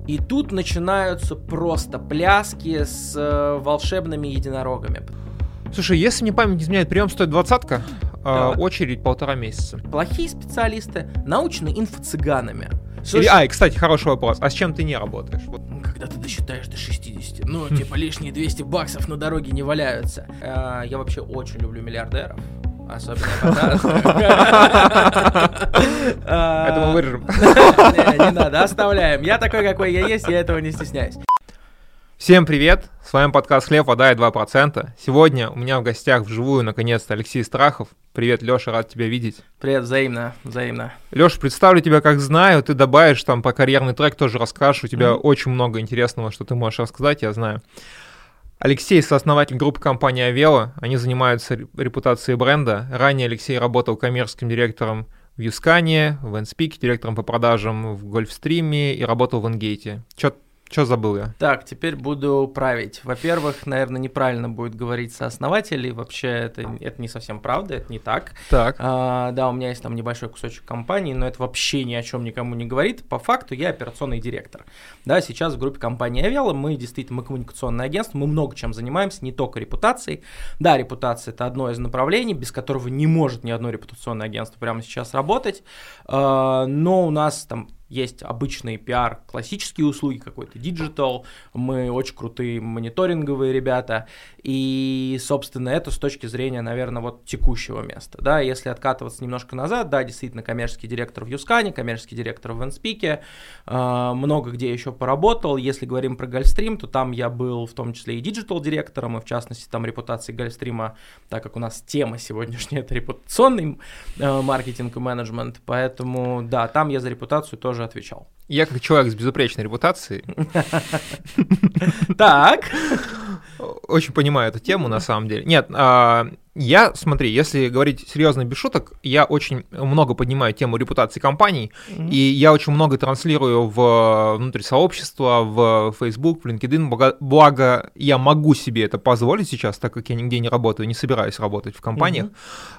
И тут начинаются просто пляски с волшебными единорогами. Слушай, если мне память не изменяет, прием стоит 20-ка, очередь 1,5 месяца. Плохие специалисты научены инфо-цыганами. И, кстати, хороший вопрос. А с чем ты не работаешь? Когда ты досчитаешь до 60. Ну, типа лишние $200 на дороге не валяются. Я вообще очень люблю миллиардеров. Особенно Это мы вырежем. Не надо, оставляем. Я такой, какой я есть, я этого не стесняюсь. Всем привет, с вами подкаст «Хлеб, вода и 2%». Сегодня у меня в гостях вживую, наконец-то, Алексей Страхов. Привет, Леша, рад тебя видеть. Привет, взаимно. Леша, представлю тебя как знаю, ты добавишь там про карьерный трек, тоже расскажешь, у тебя очень много интересного, что ты можешь рассказать, я знаю. Алексей — сооснователь группы компании Avelo, они занимаются репутацией бренда. Ранее Алексей работал коммерческим директором в Юскане, в Энспике, директором по продажам в Гольфстриме и работал в Энгейте. Чё забыл я? Так, теперь буду править. Во-первых, наверное, неправильно будет говорить сооснователей. Вообще, это не совсем правда, это не так. Так. Да, у меня есть там небольшой кусочек компании, но это вообще ни о чем никому не говорит. По факту я операционный директор. Да, сейчас в группе компании Avelo мы коммуникационное агентство, мы много чем занимаемся, не только репутацией. Да, репутация — это одно из направлений, без которого не может ни одно репутационное агентство прямо сейчас работать. Но у нас там есть обычный пиар, классические услуги, какой-то диджитал, мы очень крутые мониторинговые ребята, и, собственно, это с точки зрения, наверное, вот текущего места, да, если откатываться немножко назад, да, действительно, коммерческий директор в Юскане, коммерческий директор в Энспике, много где еще поработал. Если говорим про Гольфстрим, то там я был в том числе и диджитал-директором, и в частности там репутации Гольфстрима, так как у нас тема сегодняшняя — это репутационный маркетинг и менеджмент, поэтому, да, там я за репутацию тоже отвечал. Я как человек с безупречной репутацией. Так. Очень понимаю эту тему, на самом деле. Нет, смотри, если говорить серьезно, без шуток, я очень много поднимаю тему репутации компаний, и я очень много транслирую внутрь сообщества, в Facebook, в LinkedIn, благо я могу себе это позволить сейчас, так как я нигде не работаю, не собираюсь работать в компаниях.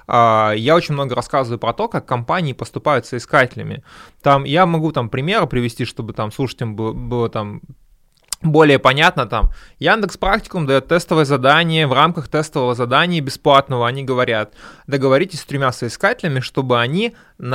Я очень много рассказываю про то, как компании поступают с искателями. Там я могу примеры привести, чтобы там слушателям было там более понятно. Там Яндекс.Практикум дает тестовое задание, в рамках тестового задания бесплатного они говорят: договоритесь с 3 соискателями, чтобы они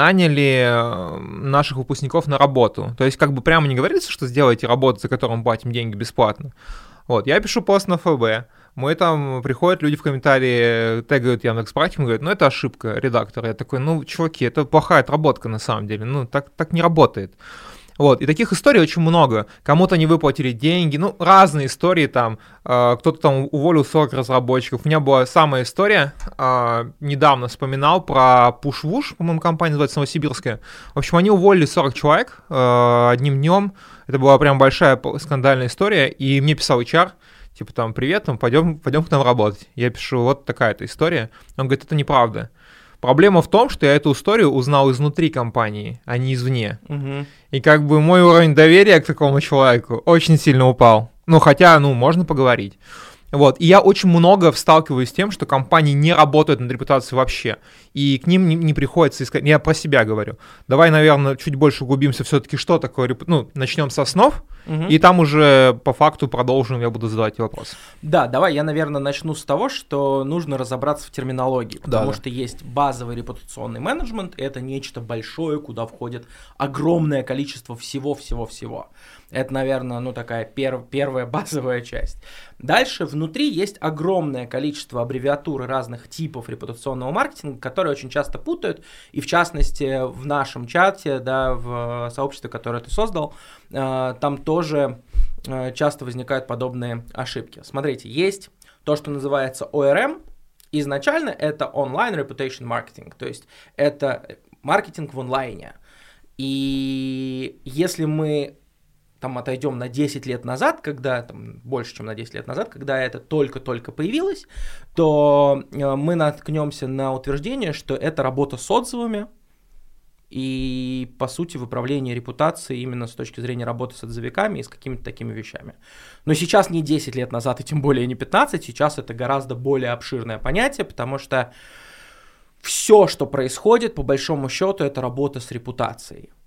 наняли наших выпускников на работу. То есть как бы прямо не говорится, что сделайте работу, за которую мы платим деньги бесплатно. Вот, я пишу пост на ФБ, приходят люди в комментарии, тегают Яндекс.Практикум, говорят: это ошибка редактора. Я такой: чуваки, это плохая отработка на самом деле, так не работает. Вот, и таких историй очень много. Кому-то не выплатили деньги, разные истории там, кто-то там уволил 40 разработчиков. У меня была самая история, недавно вспоминал про Push-Woosh, по-моему, компания называется, новосибирская. В общем, они уволили 40 человек одним днем. Это была прям большая скандальная история, и мне писал HR, привет, пойдем к нам работать. Я пишу: вот такая-то история. Он говорит: это неправда. Проблема в том, что я эту историю узнал изнутри компании, а не извне. И мой уровень доверия к такому человеку очень сильно упал. Хотя, можно поговорить. Вот. И я очень много сталкиваюсь с тем, что компании не работают над репутацией вообще, и к ним не приходится искать. Я про себя говорю. Давай, наверное, чуть больше углубимся все-таки, что такое начнем с основ, и там уже по факту продолжим, я буду задавать вопрос. Да, давай я, наверное, начну с того, что нужно разобраться в терминологии, потому что есть базовый репутационный менеджмент, это нечто большое, куда входит огромное количество всего. Это, наверное, такая первая базовая часть. Дальше внутри есть огромное количество аббревиатур и разных типов репутационного маркетинга, которые очень часто путают, и в частности в нашем чате, да, в сообществе, которое ты создал, там тоже часто возникают подобные ошибки. Смотрите, есть то, что называется ORM. Изначально это Online Reputation Marketing, то есть это маркетинг в онлайне. И если мы отойдем на 10 лет назад, больше, чем на 10 лет назад, когда это только-только появилось, то мы наткнемся на утверждение, что это работа с отзывами и, по сути, выправление репутации именно с точки зрения работы с отзывиками и с какими-то такими вещами. Но сейчас не 10 лет назад, и тем более не 15, сейчас это гораздо более обширное понятие, потому что все, что происходит, по большому счету, это работа с репутацией.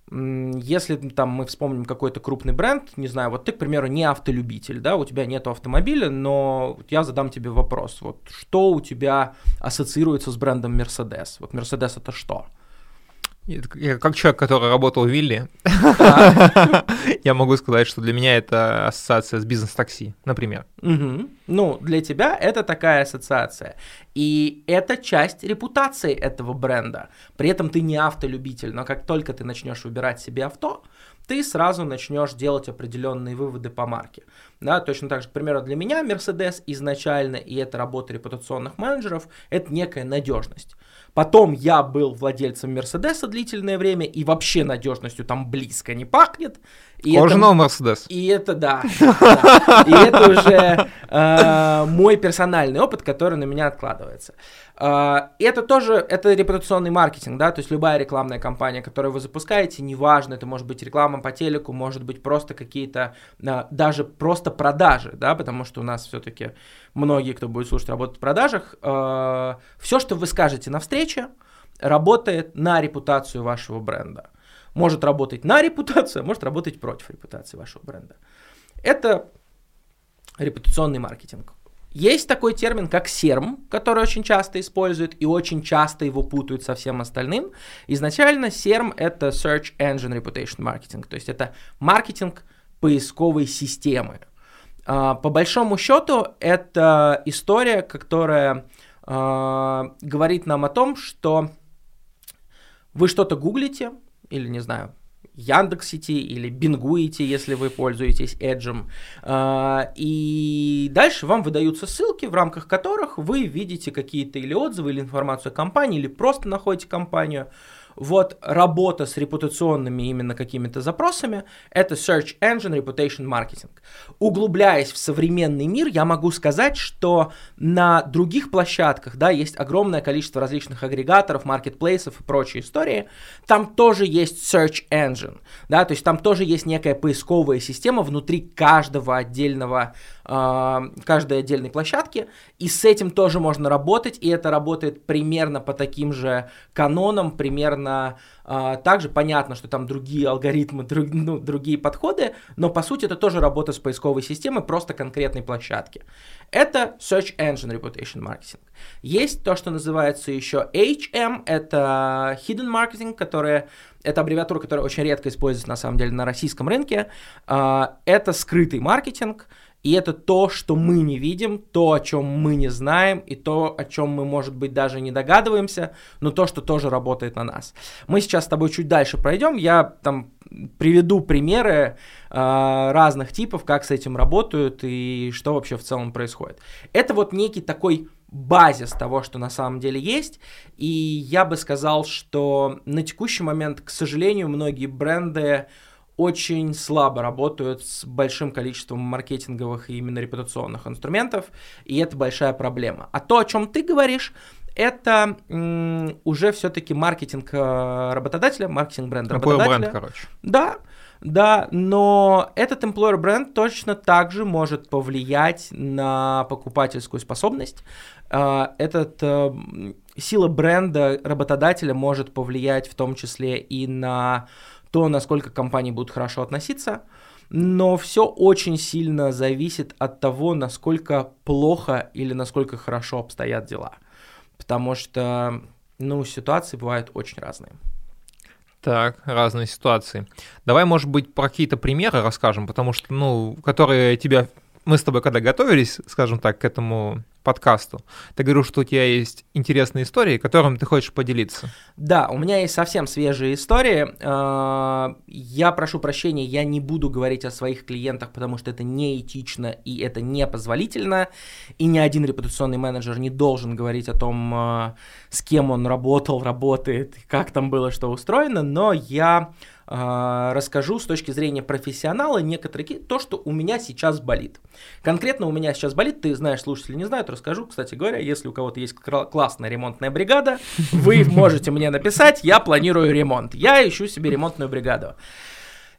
Если там мы вспомним какой-то крупный бренд, не знаю, вот ты, к примеру, не автолюбитель, да, у тебя нет автомобиля, но я задам тебе вопрос, вот что у тебя ассоциируется с брендом Mercedes? Вот Mercedes это что? Я как человек, который работал в Вилли, я могу сказать, что для меня это ассоциация с бизнес-такси, например. Ну, для тебя это такая ассоциация. И это часть репутации этого бренда. При этом ты не автолюбитель, но как только ты начнешь выбирать себе авто, ты сразу начнешь делать определенные выводы по марке. Да, точно так же, к примеру, для меня Mercedes изначально, и это работа репутационных менеджеров, это некая надежность. Потом я был владельцем Мерседеса длительное время, и вообще надежностью там близко не пахнет. Кожаного Мерседес. И это, да. И это уже мой персональный опыт, который на меня откладывается. Это тоже, это репутационный маркетинг, да, то есть любая рекламная кампания, которую вы запускаете, неважно, это может быть реклама по телеку, может быть просто какие-то, даже просто продажи, да, потому что у нас все-таки многие, кто будет слушать, работают в продажах, все, что вы скажете на встрече, работает на репутацию вашего бренда. Может работать на репутацию, а может работать против репутации вашего бренда. Это репутационный маркетинг. Есть такой термин, как SERM, который очень часто используют и очень часто его путают со всем остальным. Изначально SERM — это Search Engine Reputation Marketing, то есть это маркетинг поисковой системы. По большому счету, это история, которая говорит нам о том, что вы что-то гуглите, или, не знаю, Яндекс.Сети или бингуете, если вы пользуетесь Эджем. И дальше вам выдаются ссылки, в рамках которых вы видите какие-то или отзывы, или информацию о компании, или просто находите компанию. Вот работа с репутационными именно какими-то запросами — это Search Engine Reputation Marketing. Углубляясь в современный мир, я могу сказать, что на других площадках, да, есть огромное количество различных агрегаторов, маркетплейсов и прочей истории. Там тоже есть Search Engine, да, то есть там тоже есть некая поисковая система внутри каждой отдельной площадки, и с этим тоже можно работать, и это работает примерно по таким же канонам, примерно также понятно, что там другие алгоритмы, другие подходы, но по сути это тоже работа с поисковой системой просто конкретной площадки. Это Search Engine Reputation Marketing. Есть то, что называется еще HM, это Hidden Marketing, это аббревиатура, которая очень редко используется на самом деле на российском рынке. Это скрытый маркетинг. И это то, что мы не видим, то, о чем мы не знаем, и то, о чем мы, может быть, даже не догадываемся, но то, что тоже работает на нас. Мы сейчас с тобой чуть дальше пройдем, я там приведу примеры разных типов, как с этим работают и что вообще в целом происходит. Это вот некий такой базис того, что на самом деле есть, и я бы сказал, что на текущий момент, к сожалению, многие бренды очень слабо работают с большим количеством маркетинговых и именно репутационных инструментов, и это большая проблема. А то, о чем ты говоришь, это уже все-таки маркетинг работодателя, маркетинг бренда работодателя. Бренд, короче. Да, но этот employer бренд точно также может повлиять на покупательскую способность. Сила бренда работодателя может повлиять в том числе и на то, насколько компании будут хорошо относиться, но все очень сильно зависит от того, насколько плохо или насколько хорошо обстоят дела, потому что, ситуации бывают очень разные. Так, разные ситуации. Давай, может быть, про какие-то примеры расскажем, потому что, которые мы с тобой, когда готовились, скажем так, к этому подкасту, ты говорил, что у тебя есть интересные истории, которыми ты хочешь поделиться. Да, у меня есть совсем свежие истории. Я прошу прощения, я не буду говорить о своих клиентах, потому что это неэтично и это непозволительно, и ни один репутационный менеджер не должен говорить о том, с кем он работает, как там было, что устроено, но я расскажу с точки зрения профессионала то, что у меня сейчас болит. Конкретно у меня сейчас болит, ты знаешь, слушатели не знают, расскажу. Кстати говоря, если у кого-то есть классная ремонтная бригада, вы можете мне написать, я планирую ремонт. Я ищу себе ремонтную бригаду.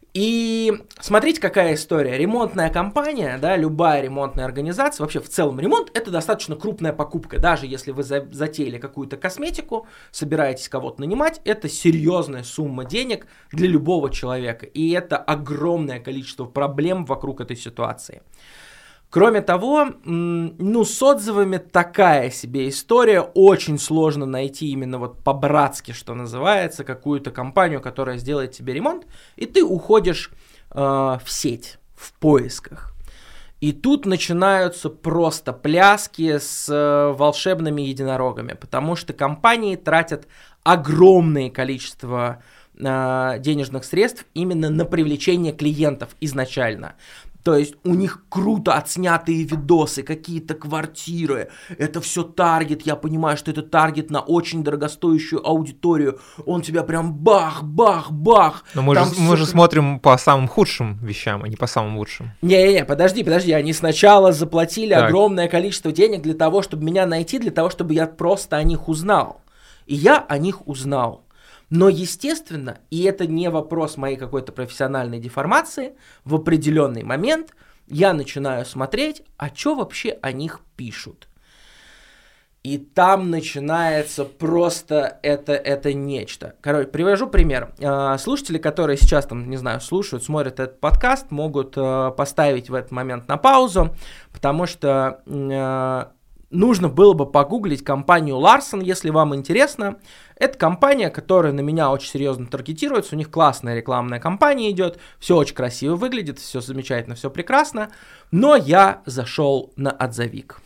И смотрите, какая история. Ремонтная компания, да, любая ремонтная организация, вообще в целом ремонт — это достаточно крупная покупка. Даже если вы затеяли какую-то косметику, собираетесь кого-то нанимать, это серьезная сумма денег для любого человека. И это огромное количество проблем вокруг этой ситуации. Кроме того, с отзывами такая себе история. Очень сложно найти именно вот по-братски, что называется, какую-то компанию, которая сделает тебе ремонт, и ты уходишь в сеть, в поисках. И тут начинаются просто пляски с волшебными единорогами, потому что компании тратят огромное количество денежных средств именно на привлечение клиентов изначально. То есть у них круто отснятые видосы, какие-то квартиры, это все таргет, я понимаю, что это таргет на очень дорогостоящую аудиторию, он тебя прям бах-бах-бах. Но мы же смотрим по самым худшим вещам, а не по самым лучшим. Не-не-не, подожди, они сначала заплатили огромное количество денег для того, чтобы меня найти, для того, чтобы я просто о них узнал. И я о них узнал. Но, естественно, и это не вопрос моей какой-то профессиональной деформации, в определенный момент я начинаю смотреть, а что вообще о них пишут. И там начинается просто это нечто. Короче, привожу пример. Слушатели, которые сейчас, слушают, смотрят этот подкаст, могут поставить в этот момент на паузу, потому что нужно было бы погуглить компанию Larson, если вам интересно. Это компания, которая на меня очень серьезно таргетируется, у них классная рекламная кампания идет, все очень красиво выглядит, все замечательно, все прекрасно, но я зашел на отзывик.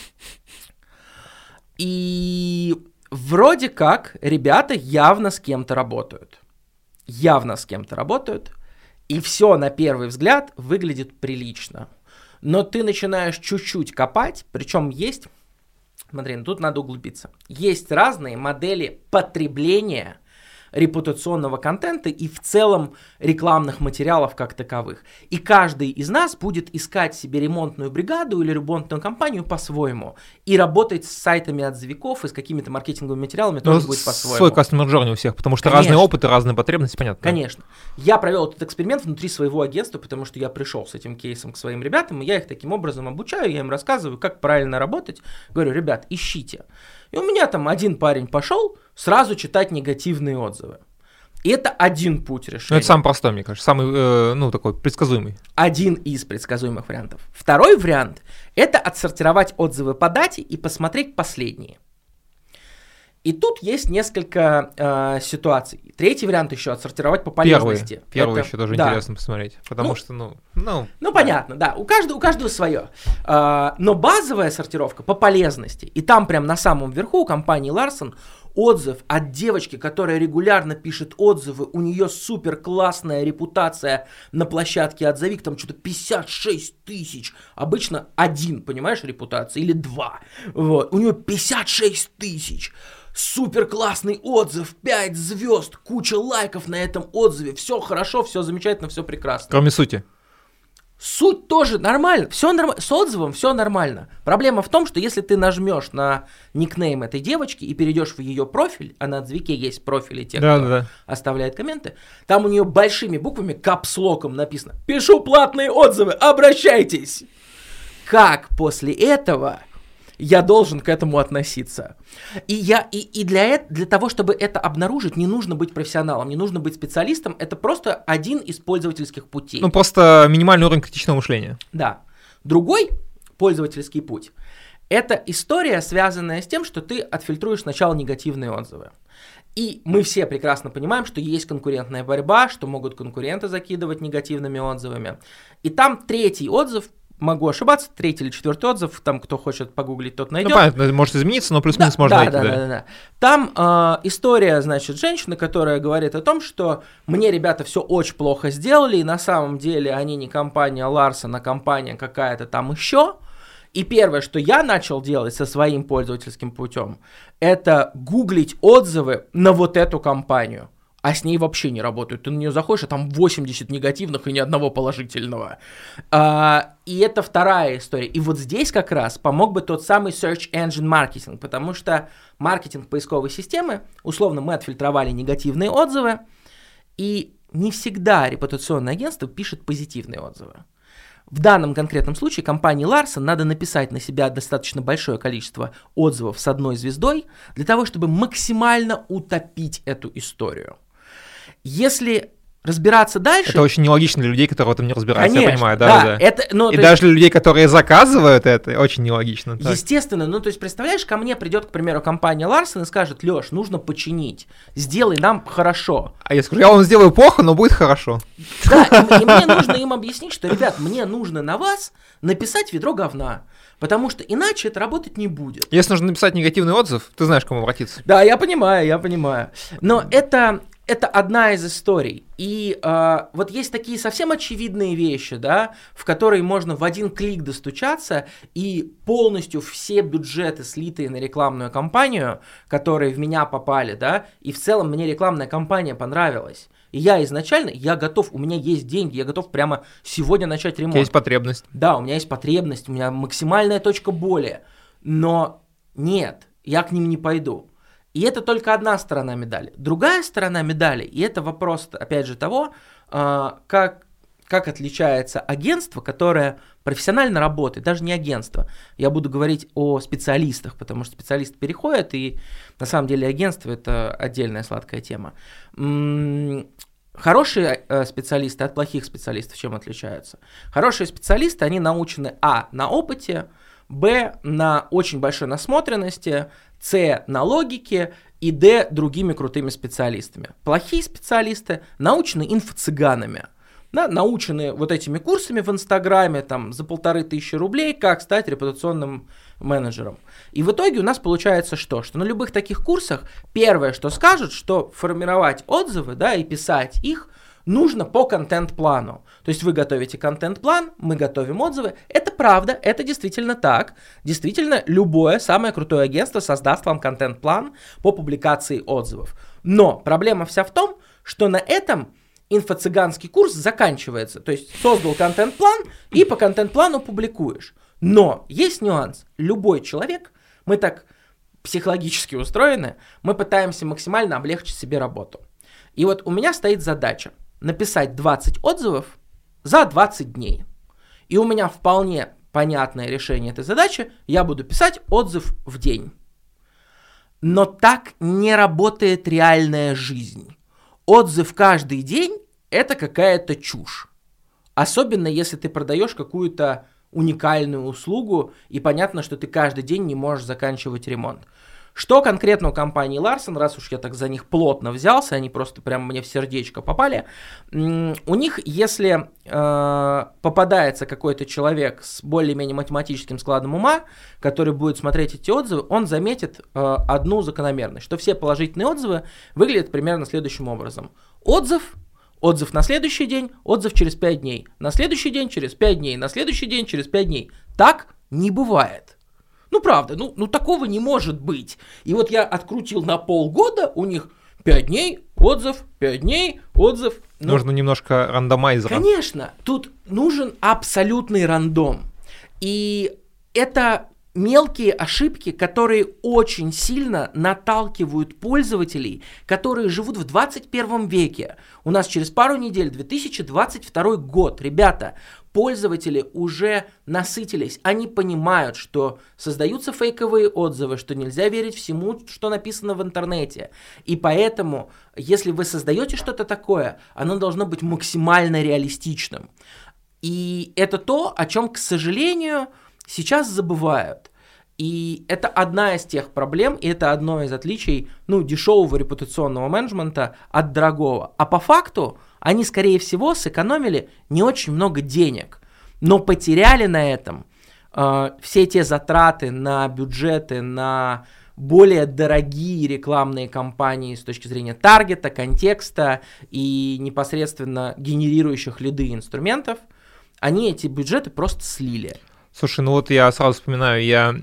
И вроде как ребята явно с кем-то работают. И все на первый взгляд выглядит прилично. Но ты начинаешь чуть-чуть копать, причем есть, смотри, тут надо углубиться, есть разные модели потребления репутационного контента и в целом рекламных материалов как таковых. И каждый из нас будет искать себе ремонтную бригаду или ремонтную компанию по-своему. И работать с сайтами отзывиков и с какими-то маркетинговыми материалами тоже будет по-своему. Свой customer journey у всех, потому что разные опыты, разные потребности, понятно. Конечно. Я провел этот эксперимент внутри своего агентства, потому что я пришел с этим кейсом к своим ребятам, и я их таким образом обучаю, я им рассказываю, как правильно работать. Говорю, ребят, ищите. И у меня там один парень пошел сразу читать негативные отзывы. И это один путь решения. Ну, это самый простой, мне кажется, самый, такой предсказуемый. Один из предсказуемых вариантов. Второй вариант – это отсортировать отзывы по дате и посмотреть последние. И тут есть несколько ситуаций. Третий вариант еще отсортировать по полезности. Первый еще тоже интересно посмотреть, потому что, понятно, да, у каждого свое. Но базовая сортировка по полезности, и там прям на самом верху у компании Larson отзыв от девочки, которая регулярно пишет отзывы, у нее супер классная репутация на площадке отзывик, там что-то 56 тысяч, обычно один, понимаешь, репутация, или два, вот, у нее 56 тысяч. Супер классный отзыв, 5 звезд, куча лайков на этом отзыве, все хорошо, все замечательно, все прекрасно. Кроме сути. Суть тоже нормально, все нормально, с отзывом все нормально. Проблема в том, что если ты нажмешь на никнейм этой девочки и перейдешь в ее профиль, а на отзывике есть профили тех, кто оставляет комменты, там у нее большими буквами, капслоком написано «Пишу платные отзывы, обращайтесь!» Как после этого я должен к этому относиться? И для того, чтобы это обнаружить, не нужно быть профессионалом, не нужно быть специалистом, это просто один из пользовательских путей. Просто минимальный уровень критичного мышления. Да. Другой пользовательский путь – это история, связанная с тем, что ты отфильтруешь сначала негативные отзывы. И мы все прекрасно понимаем, что есть конкурентная борьба, что могут конкуренты закидывать негативными отзывами. И там третий отзыв, могу ошибаться, третий или четвертый отзыв, там кто хочет погуглить, тот найдет. Понятно, может измениться, но плюс-минус можно найти. Да. Там история, значит, женщины, которая говорит о том, что мне ребята все очень плохо сделали, и на самом деле они не компания Larson, а компания какая-то там еще. И первое, что я начал делать со своим пользовательским путем, это гуглить отзывы на вот эту компанию. А с ней вообще не работают. Ты на нее заходишь, а там 80 негативных и ни одного положительного. И это вторая история. И вот здесь как раз помог бы тот самый Search Engine Marketing, потому что маркетинг поисковой системы, условно, мы отфильтровали негативные отзывы, и не всегда репутационное агентство пишет позитивные отзывы. В данном конкретном случае компании Larsen надо написать на себя достаточно большое количество отзывов с 1 звездой для того, чтобы максимально утопить эту историю. Если разбираться дальше... Это очень нелогично для людей, которые в этом не разбираются, конечно, я понимаю. Да. И даже для людей, которые заказывают это, очень нелогично. Так. Естественно, то есть, представляешь, ко мне придет, к примеру, компания Larsen и скажет: Лёш, нужно починить, сделай нам хорошо. А я скажу: я вам сделаю плохо, но будет хорошо. Да, и мне нужно им объяснить, что, ребят, мне нужно на вас написать ведро говна, потому что иначе это работать не будет. Если нужно написать негативный отзыв, ты знаешь, к кому обратиться. Да, я понимаю. Но это одна из историй. И вот есть такие совсем очевидные вещи, да, в которые можно в один клик достучаться, и полностью все бюджеты, слитые на рекламную кампанию, которые в меня попали, да, и в целом мне рекламная кампания понравилась. И я изначально, готов, у меня есть деньги, я готов прямо сегодня начать ремонт. У тебя есть потребность. Да, у меня есть потребность, у меня максимальная точка боли. Но нет, я к ним не пойду. И это только одна сторона медали. Другая сторона медали, и это вопрос, опять же, того, как отличается агентство, которое профессионально работает, даже не агентство. Я буду говорить о специалистах, потому что специалисты переходят, и на самом деле агентство – это отдельная сладкая тема. Хорошие специалисты от плохих специалистов чем отличаются? Хорошие специалисты, они научены на опыте, на очень большой насмотренности, на логике и другими крутыми специалистами. Плохие специалисты научены инфо-цыганами, да, научены вот этими курсами в Инстаграме там, за 1500 рублей, как стать репутационным менеджером. И в итоге у нас получается что? Что на любых таких курсах первое, что скажут, что формировать отзывы, да, и писать их нужно по контент-плану. То есть вы готовите контент-план, мы готовим отзывы. Это правда, это действительно так. Действительно, любое самое крутое агентство создаст вам контент-план по публикации отзывов. Но проблема вся в том, что на этом инфо-цыганский курс заканчивается. То есть создал контент-план и по контент-плану публикуешь. Но есть нюанс. Любой человек, мы так психологически устроены, мы пытаемся максимально облегчить себе работу. И вот у меня стоит задача написать 20 отзывов за 20 дней. И у меня вполне понятное решение этой задачи. Я буду писать отзыв в день. Но так не работает реальная жизнь. Отзыв каждый день – это какая-то чушь. Особенно если ты продаешь какую-то уникальную услугу, и понятно, что ты каждый день не можешь заканчивать ремонт. Что конкретно у компании Larsen, раз уж я так за них плотно взялся, они просто прям мне в сердечко попали, у них, если попадается какой-то человек с более-менее математическим складом ума, который будет смотреть эти отзывы, он заметит одну закономерность, что все положительные отзывы выглядят примерно следующим образом. Отзыв на следующий день, отзыв через 5 дней, на следующий день через 5 дней, на следующий день через 5 дней. Так не бывает. Ну, правда, такого не может быть. И вот я открутил на полгода, у них 5 дней, отзыв, 5 дней, отзыв. Нужно немножко рандомайзера. Конечно, тут нужен абсолютный рандом. И это мелкие ошибки, которые очень сильно наталкивают пользователей, которые живут в 21 веке. У нас через пару недель 2022 год. Ребята, пользователи уже насытились. Они понимают, что создаются фейковые отзывы, что нельзя верить всему, что написано в интернете. И поэтому, если вы создаете что-то такое, оно должно быть максимально реалистичным. И это то, о чем, к сожалению, сейчас забывают. И это одна из тех проблем, и это одно из отличий, дешевого репутационного менеджмента от дорогого. А по факту они, скорее всего, сэкономили не очень много денег, но потеряли на этом все те затраты на бюджеты, на более дорогие рекламные кампании с точки зрения таргета, контекста и непосредственно генерирующих лиды инструментов. Они эти бюджеты просто слили. Слушай, я сразу вспоминаю,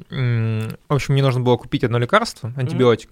в общем, мне нужно было купить одно лекарство, антибиотик,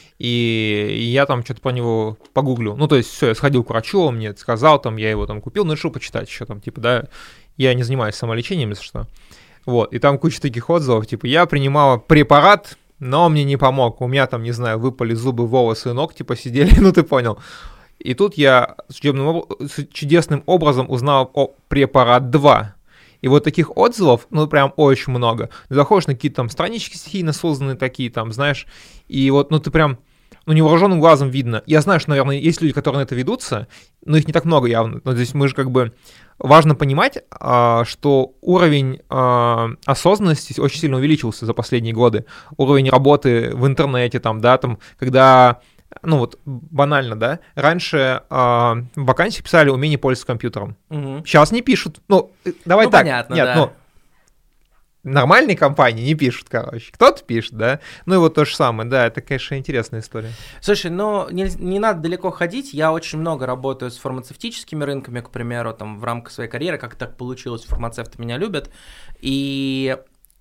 и я там что-то про него погуглил. То есть, все, я сходил к врачу, он мне сказал, я его купил, решил почитать еще я не занимаюсь самолечением, если что. Вот, и там куча таких отзывов, я принимала препарат, но он мне не помог, у меня выпали зубы, волосы, ногти посидели, ты понял. И тут я чудесным образом узнал о «Препарат 2». И вот таких отзывов, ну, прям очень много. Ты заходишь на какие-то там странички стихийно созданные такие, там, знаешь, и вот, ну, ты прям, ну, невооруженным глазом видно. Я знаю, что, наверное, есть люди, которые на это ведутся, но их не так много явно. Но здесь мы же как бы... Важно понимать, что уровень осознанности очень сильно увеличился за последние годы. Уровень работы в интернете, там, да, там, когда... Ну вот банально, да, раньше в вакансии писали умение пользоваться компьютером. Угу. Сейчас не пишут. Ну, давай ну, так. Понятно, нет, да. ну, нормальные компании не пишут, короче. Кто-то пишет, да. Ну и вот то же самое, да, это, конечно, интересная история. Слушай, ну не надо далеко ходить. Я очень много работаю с фармацевтическими рынками, к примеру, там в рамках своей карьеры, как так получилось, фармацевты меня любят. И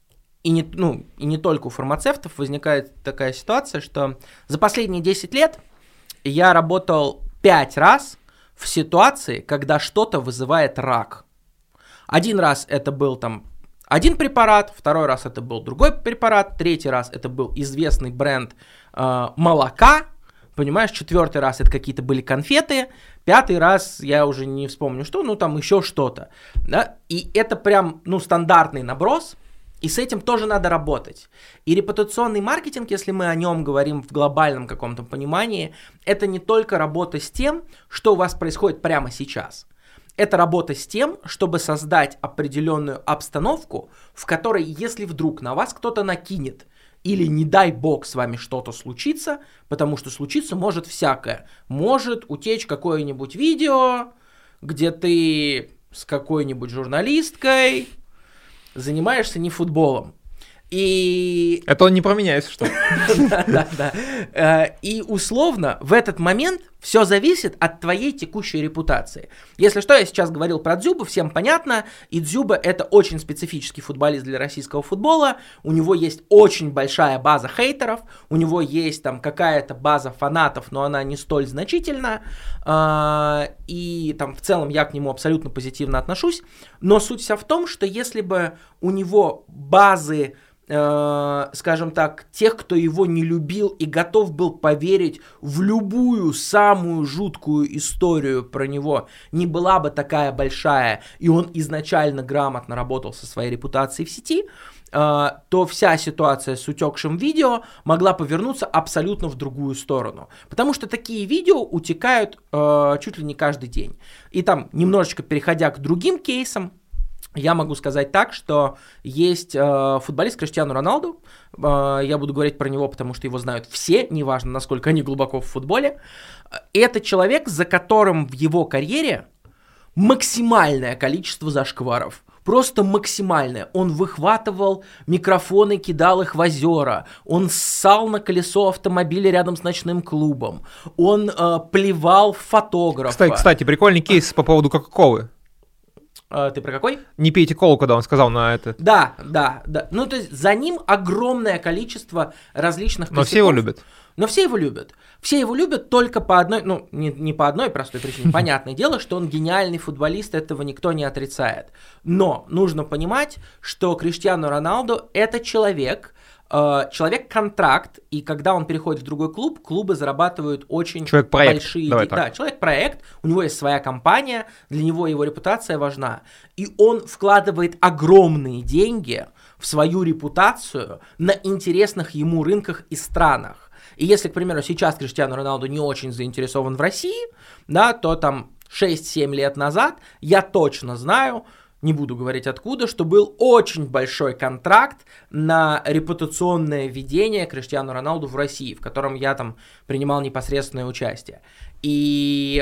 не только у фармацевтов возникает такая ситуация, что за последние 10 лет я работал 5 раз в ситуации, когда что-то вызывает рак. Один раз это был там один препарат, второй раз это был другой препарат, третий раз это был известный бренд молока, понимаешь, четвертый раз это какие-то были конфеты, пятый раз я уже не вспомню что, ну там еще что-то. Да? И это прям, ну, стандартный наброс. И с этим тоже надо работать. И репутационный маркетинг, если мы о нем говорим в глобальном каком-то понимании, это не только работа с тем, что у вас происходит прямо сейчас. Это работа с тем, чтобы создать определенную обстановку, в которой, если вдруг на вас кто-то накинет, или, не дай бог, с вами что-то случится, потому что случиться может всякое. Может утечь какое-нибудь видео, где ты с какой-нибудь журналисткой занимаешься не футболом. И... Это он не про меня, если что. Да. И условно в этот момент все зависит от твоей текущей репутации. Если что, я сейчас говорил про Дзюбу, всем понятно. И Дзюба — это очень специфический футболист для российского футбола. У него есть очень большая база хейтеров, у него есть там какая-то база фанатов, но она не столь значительна. И там в целом я к нему абсолютно позитивно отношусь. Но суть вся в том, что если бы у него базы, скажем так, тех, кто его не любил и готов был поверить в любую самую жуткую историю про него, не была бы такая большая, и он изначально грамотно работал со своей репутацией в сети, то вся ситуация с утекшим видео могла повернуться абсолютно в другую сторону. Потому что такие видео утекают чуть ли не каждый день. И там, немножечко переходя к другим кейсам, я могу сказать так, что есть футболист Криштиану Роналду, я буду говорить про него, потому что его знают все, неважно, насколько они глубоко в футболе. Это человек, за которым в его карьере максимальное количество зашкваров. Просто максимальное. Он выхватывал микрофоны, кидал их в озера. Он ссал на колесо автомобиля рядом с ночным клубом. Он плевал в фотографа. Кстати, прикольный кейс по поводу Кока-Колы. Ты про какой? Не пейте колу, когда он сказал на это. Да. Ну, то есть за ним огромное количество различных косяков. Но все его любят. Но все его любят. Все его любят только по одной, ну, не по одной простой причине. Понятное дело, что он гениальный футболист, этого никто не отрицает. Но нужно понимать, что Криштиану Роналду — это человек-контракт, и когда он переходит в другой клуб, клубы зарабатывают очень большие деньги. Да, человек-проект, у него есть своя компания, для него его репутация важна. И он вкладывает огромные деньги в свою репутацию на интересных ему рынках и странах. И если, к примеру, сейчас Криштиану Роналду не очень заинтересован в России, да, то там 6-7 лет назад, я точно знаю, не буду говорить откуда, что был очень большой контракт на репутационное ведение Криштиану Роналду в России, в котором я там принимал непосредственное участие. И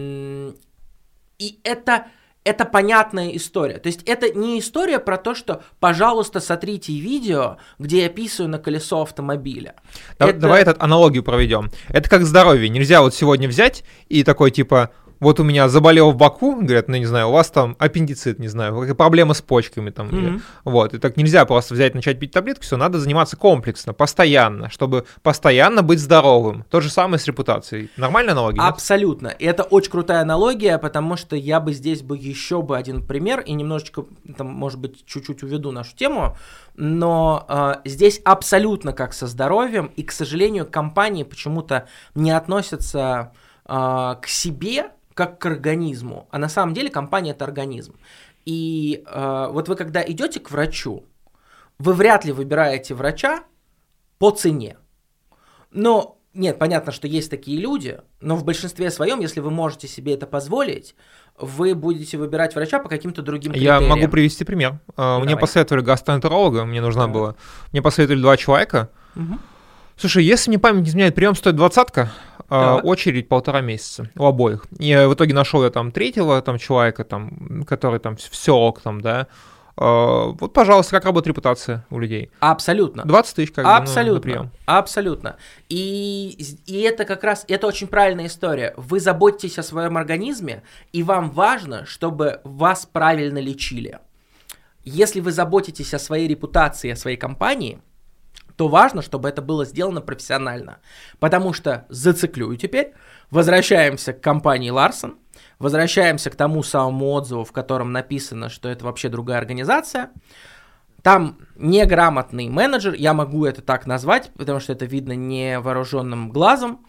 это понятная история. То есть это не история про то, что, пожалуйста, сотрите видео, где я писаю на колесо автомобиля. Давай эту аналогию проведем. Это как здоровье. Нельзя вот сегодня взять и такой типа... Вот у меня заболел в боку, говорят, ну не знаю, у вас там аппендицит, не знаю, проблемы с почками там, вот, и так нельзя просто взять, начать пить таблетки, все, надо заниматься комплексно, постоянно, чтобы постоянно быть здоровым. То же самое с репутацией. Нормальная аналогия? Абсолютно. И это очень крутая аналогия, потому что я бы здесь еще один пример, и немножечко, там, может быть, чуть-чуть уведу нашу тему, но здесь абсолютно как со здоровьем, и, к сожалению, компании почему-то не относятся к себе, как к организму. А на самом деле компания – это организм. И вот вы когда идете к врачу, вы вряд ли выбираете врача по цене. Но нет, понятно, что есть такие люди, но в большинстве своем, если вы можете себе это позволить, вы будете выбирать врача по каким-то другим критериям. Я могу привести пример. Мне посоветовали гастроэнтеролога, мне нужна была. Мне посоветовали 2 человека. Угу. Слушай, если мне память не изменяет, прием стоит 20-ка, очередь 1,5 месяца у обоих. И в итоге нашел я там 3-го там, человека, там, который там все ок, там, да. Вот, пожалуйста, как работает репутация у людей? Абсолютно. 20 тысяч как абсолютно, бы, на прием. Абсолютно. И это как раз, это очень правильная история. Вы заботитесь о своем организме, и вам важно, чтобы вас правильно лечили. Если вы заботитесь о своей репутации, о своей компании, то важно, чтобы это было сделано профессионально. Потому что, зациклюю теперь, возвращаемся к компании Larsen, возвращаемся к тому самому отзыву, в котором написано, что это вообще другая организация. Там неграмотный менеджер, я могу это так назвать, потому что это видно невооруженным глазом.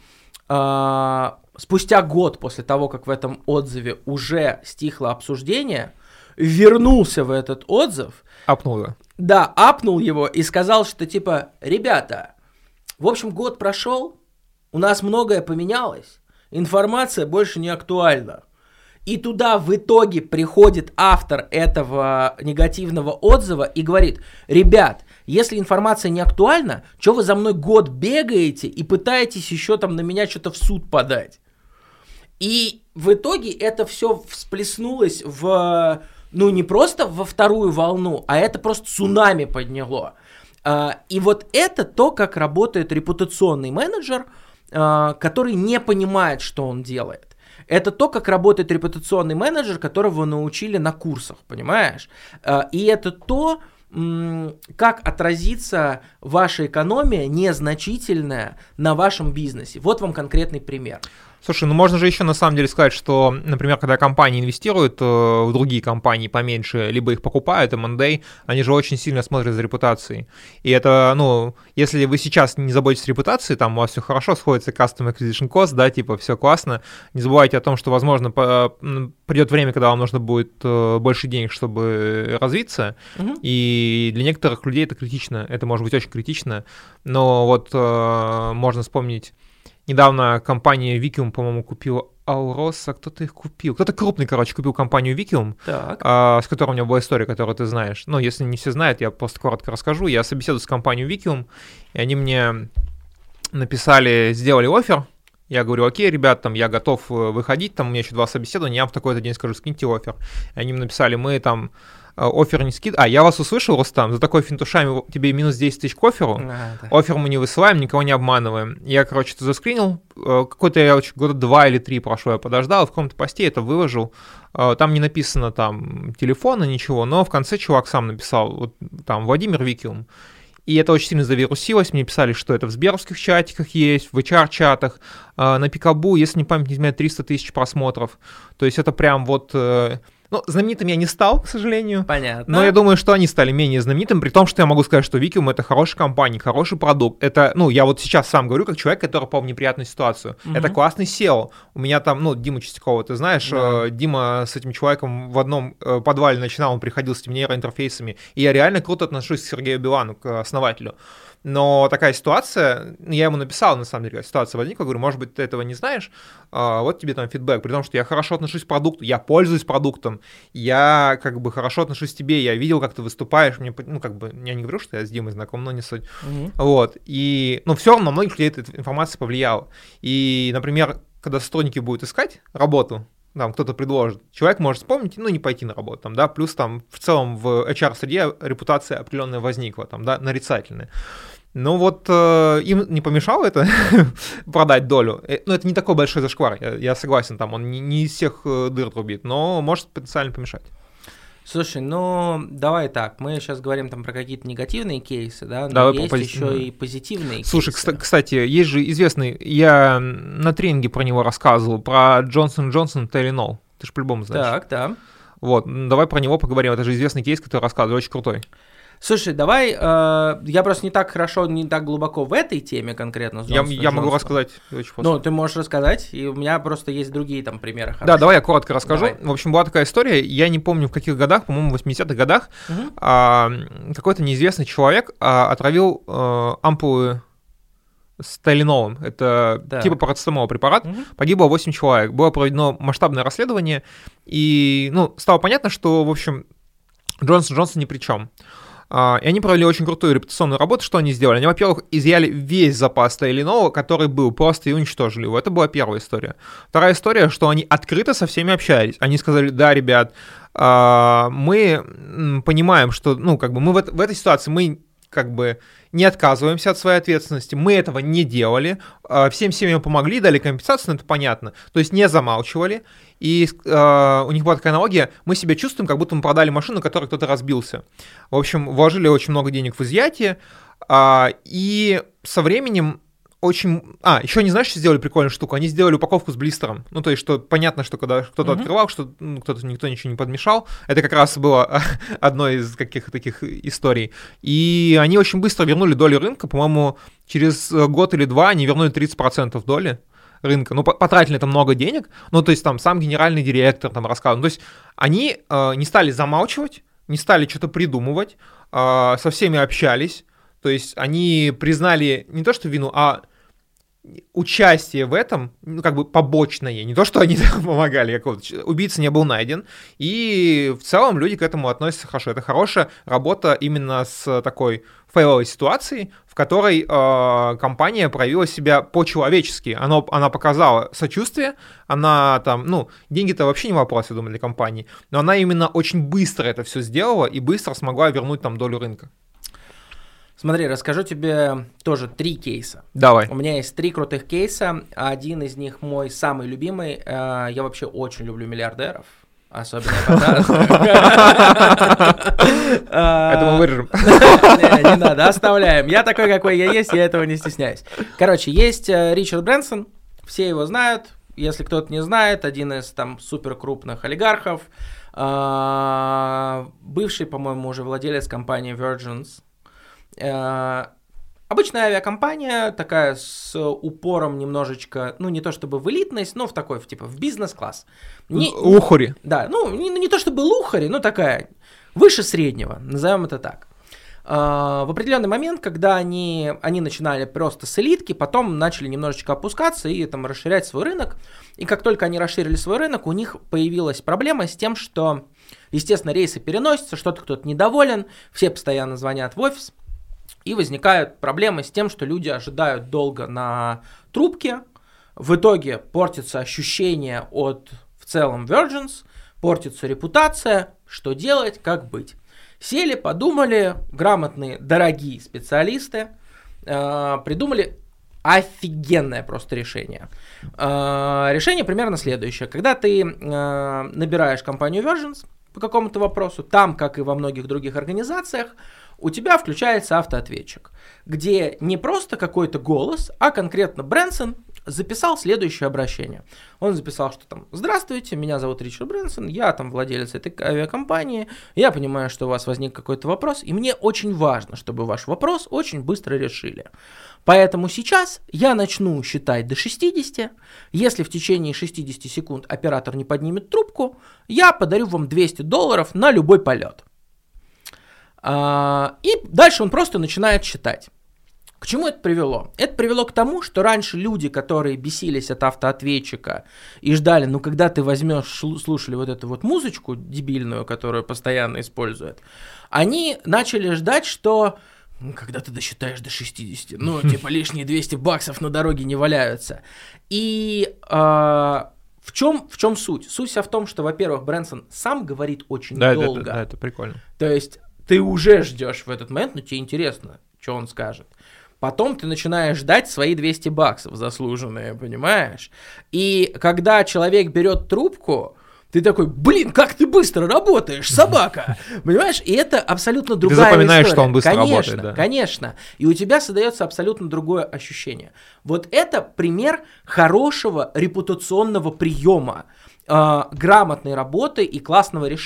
Спустя год после того, как в этом отзыве уже стихло обсуждение, вернулся в этот отзыв. Апнул его. Да, апнул его и сказал, что типа, ребята, в общем, год прошел, у нас многое поменялось, информация больше не актуальна. И туда в итоге приходит автор этого негативного отзыва и говорит: ребят, если информация не актуальна, что вы за мной год бегаете и пытаетесь еще там на меня что-то в суд подать? И в итоге это все всплеснулось в, ну не просто во вторую волну, а это просто цунами подняло. И вот это то, как работает репутационный менеджер, который не понимает, что он делает. Это то, как работает репутационный менеджер, которого научили на курсах, понимаешь? И это то, как отразится ваша экономия незначительная на вашем бизнесе. Вот вам конкретный пример. Слушай, ну можно же еще на самом деле сказать, что, например, когда компании инвестируют в другие компании поменьше, либо их покупают, M&A, они же очень сильно смотрят за репутацией. И это, ну, если вы сейчас не заботитесь о репутации, там у вас все хорошо, сходится Customer Acquisition Cost, да, типа все классно, не забывайте о том, что, возможно, придет время, когда вам нужно будет больше денег, чтобы развиться, и для некоторых людей это критично, это может быть очень критично, но вот можно вспомнить. Недавно компания Vikium, по-моему, купила Aurora, кто-то их купил. Кто-то крупный, короче, купил компанию Vikium, с которой у меня была история, которую ты знаешь. Ну, если не все знают, я просто коротко расскажу. Я собеседовал с компанией Vikium, и они мне написали, сделали оффер. Я говорю: окей, ребят, там, я готов выходить, там, у меня еще 2 собеседования, я вам в такой-то день скажу, скиньте оффер. И они мне написали: мы там оффер не скидываем. Я вас услышал, Рустам, за такой финтушами тебе минус 10 тысяч к офферу. Оффер мы не высылаем, никого не обманываем. Я, короче, это заскринил. Какой-то я года 2 или 3 прошло, я подождал, в каком-то посте это выложил. Там не написано там телефона, ничего, но в конце чувак сам написал, вот там Владимир Vikium. И это очень сильно завирусилось, мне писали, что это в сберовских чатиках есть, в HR-чатах, на Пикабу, если не память не изменяет, 300 тысяч просмотров. То есть это прям вот... Ну, знаменитым я не стал, к сожалению. Понятно. Но я думаю, что они стали менее знаменитым, при том, что я могу сказать, что Vikium — это хорошая компания, хороший продукт. Это, ну, я вот сейчас сам говорю, как человек, который попал в неприятную ситуацию. Это классный SEO. У меня там, ну, Дима Чистякова, ты знаешь, Дима с этим человеком в одном подвале начинал, он приходил с этими нейроинтерфейсами, и я реально круто отношусь к Сергею Билану, к основателю. Но такая ситуация, я ему написал, на самом деле, ситуация возникла, говорю: может быть, ты этого не знаешь, вот тебе там фидбэк, при том, что я хорошо отношусь к продукту, я пользуюсь продуктом, я как бы хорошо отношусь к тебе, я видел, как ты выступаешь, мне, ну, как бы, я не говорю, что я с Димой знаком, но не суть, вот, и, ну, все равно на многих людей эта информация повлияла, и, например, когда сотрудники будут искать работу, там кто-то предложит, человек может вспомнить, ну, не пойти на работу, там, да, плюс там в целом в HR-среде репутация определенная возникла, там, да, нарицательная. Ну вот им не помешало это продать долю. Ну, это не такой большой зашквар, я согласен, там он не из всех дыр трубит, но может потенциально помешать. Слушай, ну давай так, мы сейчас говорим там про какие-то негативные кейсы, да, но давай есть еще и позитивные Слушай, кейсы. Кстати, есть же известный, я на тренинге про него рассказывал, про Johnson & Johnson Tylenol, ты же по-любому знаешь. Так, да. Вот, давай про него поговорим, это же известный кейс, который рассказываю, очень крутой. Слушай, давай, я просто не так хорошо, не так глубоко в этой теме конкретно. Я могу рассказать очень просто. Ну, ты можешь рассказать, и у меня просто есть другие там примеры. Хорошие. Да, давай я коротко расскажу. Давай. В общем, была такая история, я не помню в каких годах, по-моему, в 80-х годах, какой-то неизвестный человек отравил ампулы с тайленолом. Это типа парацетамол препарат. Погибло 8 человек. Было проведено масштабное расследование, и стало понятно, что, в общем, Джонсон ни при чем. И они провели очень крутую репутационную работу. Что они сделали? Они, во-первых, изъяли весь запас тайленола, который был, просто и уничтожили его. Это была первая история. Вторая история, что они открыто со всеми общались. Они сказали: да, ребят, мы понимаем, что, мы в этой ситуации мы не отказываемся от своей ответственности, мы этого не делали, всем семьям помогли, дали компенсацию, это понятно, то есть не замалчивали, и у них была такая аналогия: мы себя чувствуем, как будто мы продали машину, которой кто-то разбился. В общем, вложили очень много денег в изъятие, и со временем еще не знаешь, что сделали прикольную штуку? Они сделали упаковку с блистером. То есть, что понятно, что когда кто-то открывал, что никто ничего не подмешал. Это как раз было одной из каких-то таких историй. И они очень быстро вернули долю рынка. По-моему, через год или два они вернули 30% доли рынка. Потратили там много денег. То есть, там сам генеральный директор там рассказывал. То есть, они не стали замалчивать, не стали что-то придумывать, со всеми общались. То есть, они признали не то что вину, а участие в этом, побочное, не то, что они помогали, убийца не был найден, и в целом люди к этому относятся хорошо. Это хорошая работа именно с такой фейловой ситуацией, в которой компания проявила себя по-человечески. Она показала сочувствие, она там, деньги-то вообще не вопрос, я думаю, для компании, но она именно очень быстро это все сделала и быстро смогла вернуть там долю рынка. Смотри, расскажу тебе тоже 3 кейса. Давай. У меня есть 3 крутых кейса. Один из них мой самый любимый. Я вообще очень люблю миллиардеров. Особенно это мы вырежем. Не надо, оставляем. Я такой, какой я есть, я этого не стесняюсь. Короче, есть Ричард Брэнсон. Все его знают. Если кто-то не знает, один из там супер крупных олигархов. Бывший, по-моему, уже владелец компании Virgins. Обычная авиакомпания, такая с упором немножечко, не то чтобы в элитность, но в такой, в бизнес-класс. Лухари. Да, не то чтобы лухари, но такая, выше среднего, назовем это так. В определенный момент, когда они начинали просто с элитки, потом начали немножечко опускаться и там расширять свой рынок. И как только они расширили свой рынок, у них появилась проблема с тем, что, естественно, рейсы переносятся, кто-то недоволен, все постоянно звонят в офис. И возникают проблемы с тем, что люди ожидают долго на трубке. В итоге портится ощущение от, в целом, Virgins, портится репутация. Что делать, как быть? Сели, подумали, грамотные, дорогие специалисты придумали офигенное просто решение. Решение примерно следующее. Когда ты набираешь компанию Virgins по какому-то вопросу, там, как и во многих других организациях, у тебя включается автоответчик, где не просто какой-то голос, а конкретно Брэнсон записал следующее обращение. Он записал, что там: «Здравствуйте, меня зовут Ричард Брэнсон, я там владелец этой авиакомпании, я понимаю, что у вас возник какой-то вопрос, и мне очень важно, чтобы ваш вопрос очень быстро решили. Поэтому сейчас я начну считать до 60, если в течение 60 секунд оператор не поднимет трубку, я подарю вам $200 на любой полет». И дальше он просто начинает считать. К чему это привело? Это привело к тому, что раньше люди, которые бесились от автоответчика и ждали, когда ты возьмешь, слушали вот эту вот музычку дебильную, которую постоянно используют, они начали ждать, что когда ты досчитаешь до 60, лишние $200 на дороге не валяются. И в чем суть? Суть вся в том, что, во-первых, Брэнсон сам говорит очень долго. Да, это прикольно. То есть ты уже ждешь в этот момент, но тебе интересно, что он скажет. Потом ты начинаешь ждать свои $200 заслуженные, понимаешь? И когда человек берет трубку, ты такой: блин, как ты быстро работаешь, собака! Понимаешь? И это абсолютно другая история. Ты запоминаешь, что он быстро работает, да. Конечно. И у тебя создается абсолютно другое ощущение. Вот это пример хорошего репутационного приема, грамотной работы и классного решения.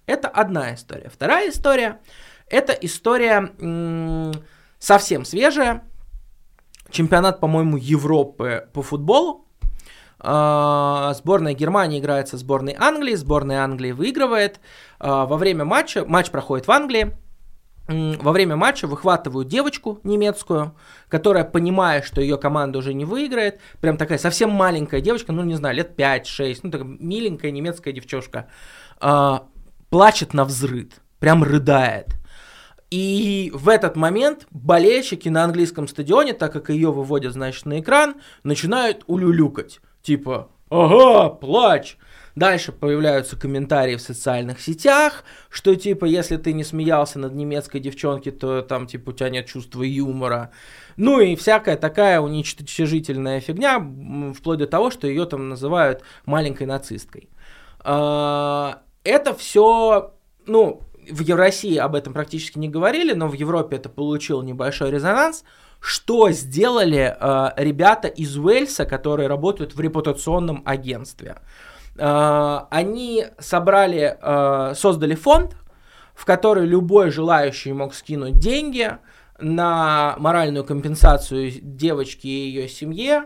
Это одна история. Вторая история – это история совсем свежая. Чемпионат, по-моему, Европы по футболу. Сборная Германии играет со сборной Англии. Сборная Англии выигрывает. Во время матча, матч проходит в Англии. Во время матча выхватывают девочку немецкую, которая, понимая, что ее команда уже не выиграет, прям такая совсем маленькая девочка, ну не знаю, лет 5-6, ну такая миленькая немецкая девчушка, плачет навзрыд, прям рыдает. И в этот момент болельщики на английском стадионе, так как ее выводят, значит, на экран, начинают улюлюкать. Типа, ага, плачь. Дальше появляются комментарии в социальных сетях, что типа, если ты не смеялся над немецкой девчонкой, то там типа у тебя нет чувства юмора. Ну и всякая такая уничтожительная фигня, вплоть до того, что ее там называют маленькой нацисткой. Это все, ну, в России об этом практически не говорили, но в Европе это получило небольшой резонанс. Что сделали ребята из Уэльса, которые работают в репутационном агентстве? Они создали фонд, в который любой желающий мог скинуть деньги на моральную компенсацию девочки и ее семье,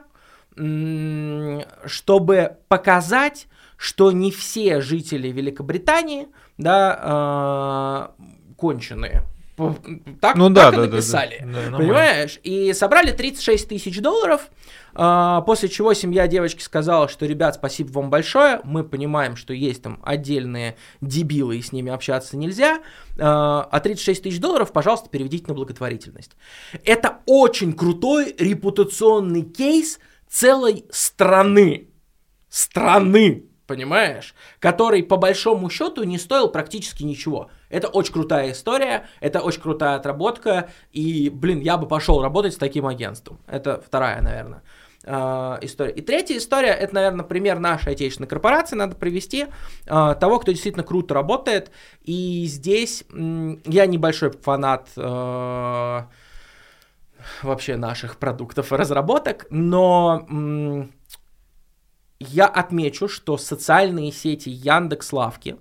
чтобы показать, что не все жители Великобритании, да, конченые. Так, ну, так и написали, да, понимаешь? И собрали $36 тысяч, после чего семья девочки сказала, что, ребят, спасибо вам большое, мы понимаем, что есть там отдельные дебилы, и с ними общаться нельзя, а $36 тысяч, пожалуйста, переведите на благотворительность. Это очень крутой репутационный кейс целой страны, понимаешь, который по большому счету не стоил практически ничего. Это очень крутая история, это очень крутая отработка, и, блин, я бы пошел работать с таким агентством. Это вторая, наверное, история. И третья история, это, наверное, пример нашей отечественной корпорации, надо привести, того, кто действительно круто работает, и здесь я небольшой фанат вообще наших продуктов и разработок, но я отмечу, что социальные сети Яндекс.Лавки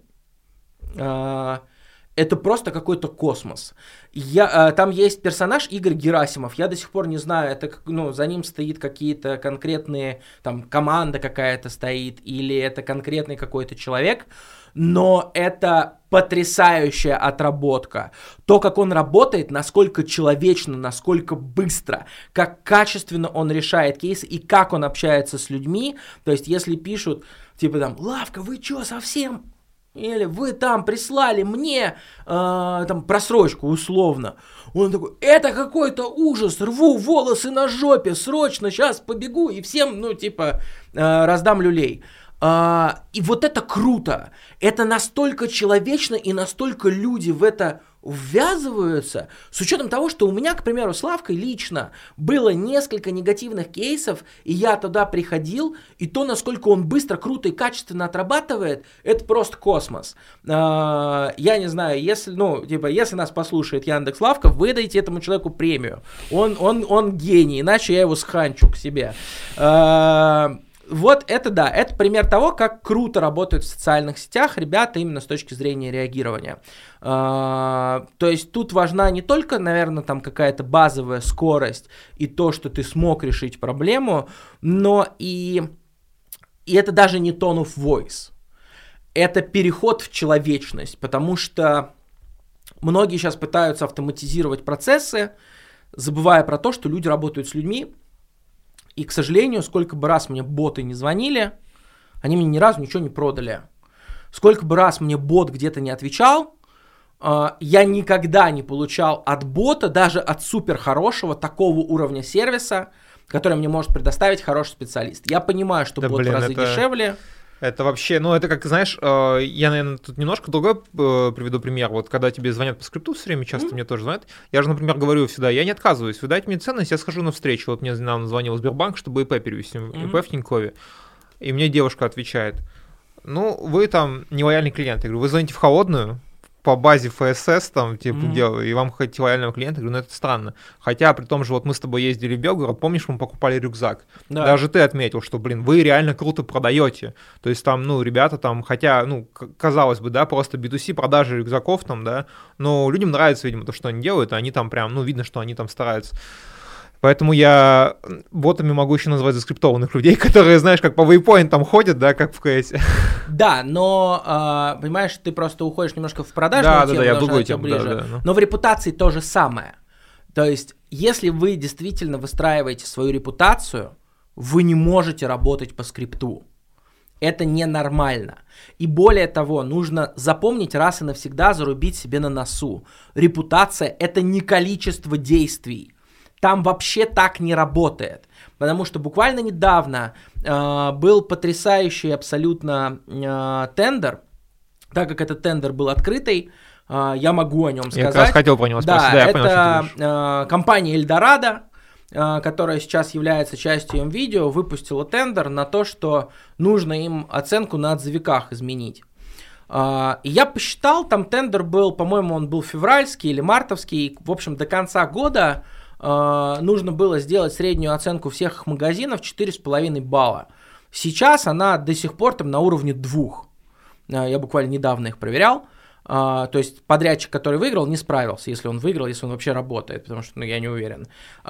это просто какой-то космос. Там есть персонаж Игорь Герасимов, я до сих пор не знаю, это, ну, за ним стоит какие-то конкретные, там, команда какая-то стоит, или это конкретный какой-то человек, но это потрясающая отработка. То, как он работает, насколько человечно, насколько быстро, как качественно он решает кейсы и как он общается с людьми. То есть, если пишут, типа там, Лавка, вы чё, совсем? Или вы там прислали мне там просрочку условно. Он такой, это какой-то ужас, рву волосы на жопе, срочно, сейчас побегу и всем, ну, типа, раздам люлей. И вот это круто, это настолько человечно и настолько люди в это ввязываются, с учетом того, что у меня, к примеру, с Лавкой лично было несколько негативных кейсов, и я туда приходил, и то, насколько он быстро, круто и качественно отрабатывает, это просто космос. Я не знаю, если, ну, типа, если нас послушает Яндекс.Лавка, выдайте этому человеку премию. Он гений, иначе я его сханчу к себе. Вот это да, это пример того, как круто работают в социальных сетях ребята именно с точки зрения реагирования. То есть тут важна не только, наверное, там какая-то базовая скорость и то, что ты смог решить проблему, но и это даже не tone of voice. Это переход в человечность, потому что многие сейчас пытаются автоматизировать процессы, забывая про то, что люди работают с людьми. И, к сожалению, сколько бы раз мне боты не звонили, они мне ни разу ничего не продали. Сколько бы раз мне бот где-то не отвечал, я никогда не получал от бота, даже от супер хорошего, такого уровня сервиса, который мне может предоставить хороший специалист. Я понимаю, что бот в разы дешевле. Это вообще, ну это как, знаешь, я, наверное, тут немножко другой приведу пример. Вот когда тебе звонят по скрипту все время, часто мне тоже звонят, я же, например, говорю всегда, я не отказываюсь, вы дайте мне ценность, я схожу навстречу. Вот мне недавно звонил Сбербанк, чтобы ИП перевести, ИП в Тинькове. И мне девушка отвечает, ну, вы там нелояльный клиент. Я говорю, вы звоните в холодную, по базе ФСС там, типа, делаю, и вам хотите лояльного клиента, говорю, ну это странно. Хотя, при том же, вот мы с тобой ездили в Белгород, помнишь, мы покупали рюкзак? Да. Даже ты отметил, что, блин, вы реально круто продаете. То есть там, ну, ребята там, хотя, ну, казалось бы, да, просто B2C продажи рюкзаков там, да, но людям нравится, видимо, то, что они делают, и они там прям, ну, видно, что они там стараются. Поэтому я ботами могу еще назвать заскриптованных людей, которые, знаешь, как по вейпоинтам ходят, да, как в КС. Да, но, понимаешь, ты просто уходишь немножко в продажную тему, я в другую тему, ближе. Но в репутации то же самое. То есть, если вы действительно выстраиваете свою репутацию, вы не можете работать по скрипту. Это ненормально. И более того, нужно запомнить раз и навсегда, зарубить себе на носу. Репутация – это не количество действий. Там вообще так не работает, потому что буквально недавно был потрясающий абсолютно тендер, так как этот тендер был открытый, я могу о нем сказать. Я как раз хотел про него спросить, да, я понял, что ты говоришь. Компания Эльдорадо, которая сейчас является частью МВидео, выпустила тендер на то, что нужно им оценку на отзывиках изменить. И я посчитал, там тендер был, по-моему, он был февральский или мартовский, в общем, до конца года нужно было сделать среднюю оценку всех их магазинов 4,5 балла. Сейчас она до сих пор там на уровне 2. Я буквально недавно их проверял. То есть подрядчик, который выиграл, не справился, если он выиграл, если он вообще работает, потому что я не уверен.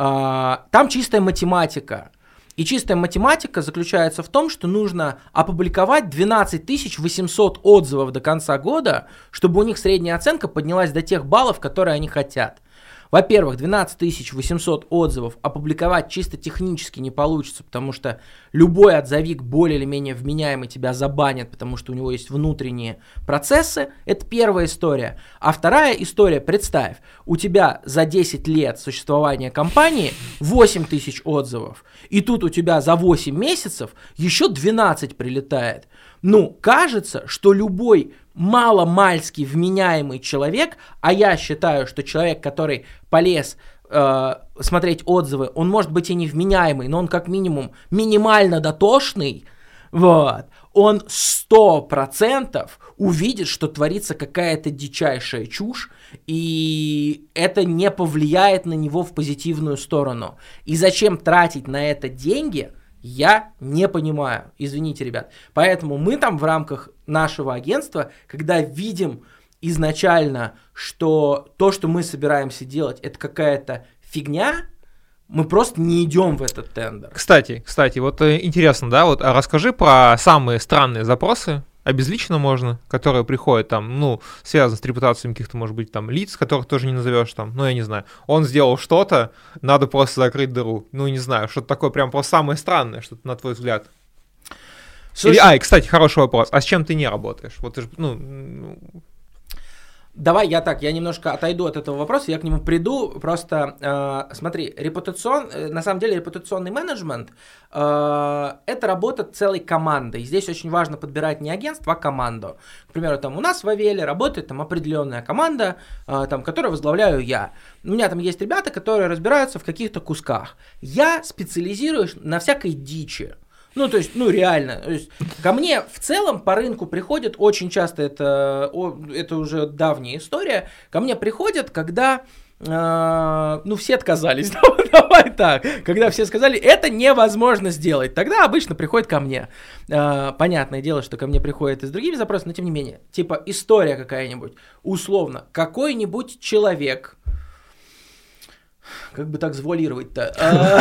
Там чистая математика. И чистая математика заключается в том, что нужно опубликовать 12 800 отзывов до конца года, чтобы у них средняя оценка поднялась до тех баллов, которые они хотят. Во-первых, 12 800 отзывов опубликовать чисто технически не получится, потому что любой отзывик более или менее вменяемый тебя забанят, потому что у него есть внутренние процессы. Это первая история. А вторая история, представь, у тебя за 10 лет существования компании 8 тысяч отзывов, и тут у тебя за 8 месяцев еще 12 прилетает. Ну, кажется, что любой маломальски вменяемый человек, а я считаю, что человек, который полез смотреть отзывы, он может быть и невменяемый, но он как минимум минимально дотошный, вот, он 100% увидит, что творится какая-то дичайшая чушь, и это не повлияет на него в позитивную сторону. И зачем тратить на это деньги, я не понимаю, извините, ребят. Поэтому мы там в рамках нашего агентства, когда видим изначально, что то, что мы собираемся делать, это какая-то фигня, мы просто не идем в этот тендер. Кстати, вот интересно, да, вот расскажи про самые странные запросы, обезлично можно, которые приходят там, ну, связаны с репутацией каких-то, может быть, там, лиц, которых тоже не назовешь там, ну, я не знаю, он сделал что-то, надо просто закрыть дыру, ну, не знаю, что-то такое прям просто самое странное, что-то на твой взгляд. Слушай, и, кстати, хороший вопрос, а с чем ты не работаешь? Вот ты же, Давай я немножко отойду от этого вопроса, я к нему приду, просто смотри, на самом деле репутационный менеджмент это работа целой командой, здесь очень важно подбирать не агентство, а команду. К примеру, там у нас в Авеле работает там определенная команда, там, которую возглавляю я. У меня там есть ребята, которые разбираются в каких-то кусках. Я специализируюсь на всякой дичи. Ну, то есть, реально, то есть, ко мне в целом по рынку приходят, очень часто это уже давняя история, ко мне приходят, когда, все отказались, давай так, когда все сказали, это невозможно сделать, тогда обычно приходят ко мне. Понятное дело, что ко мне приходят и с другими запросами, но тем не менее, типа история какая-нибудь, условно, какой-нибудь человек... Как бы так завуалировать-то?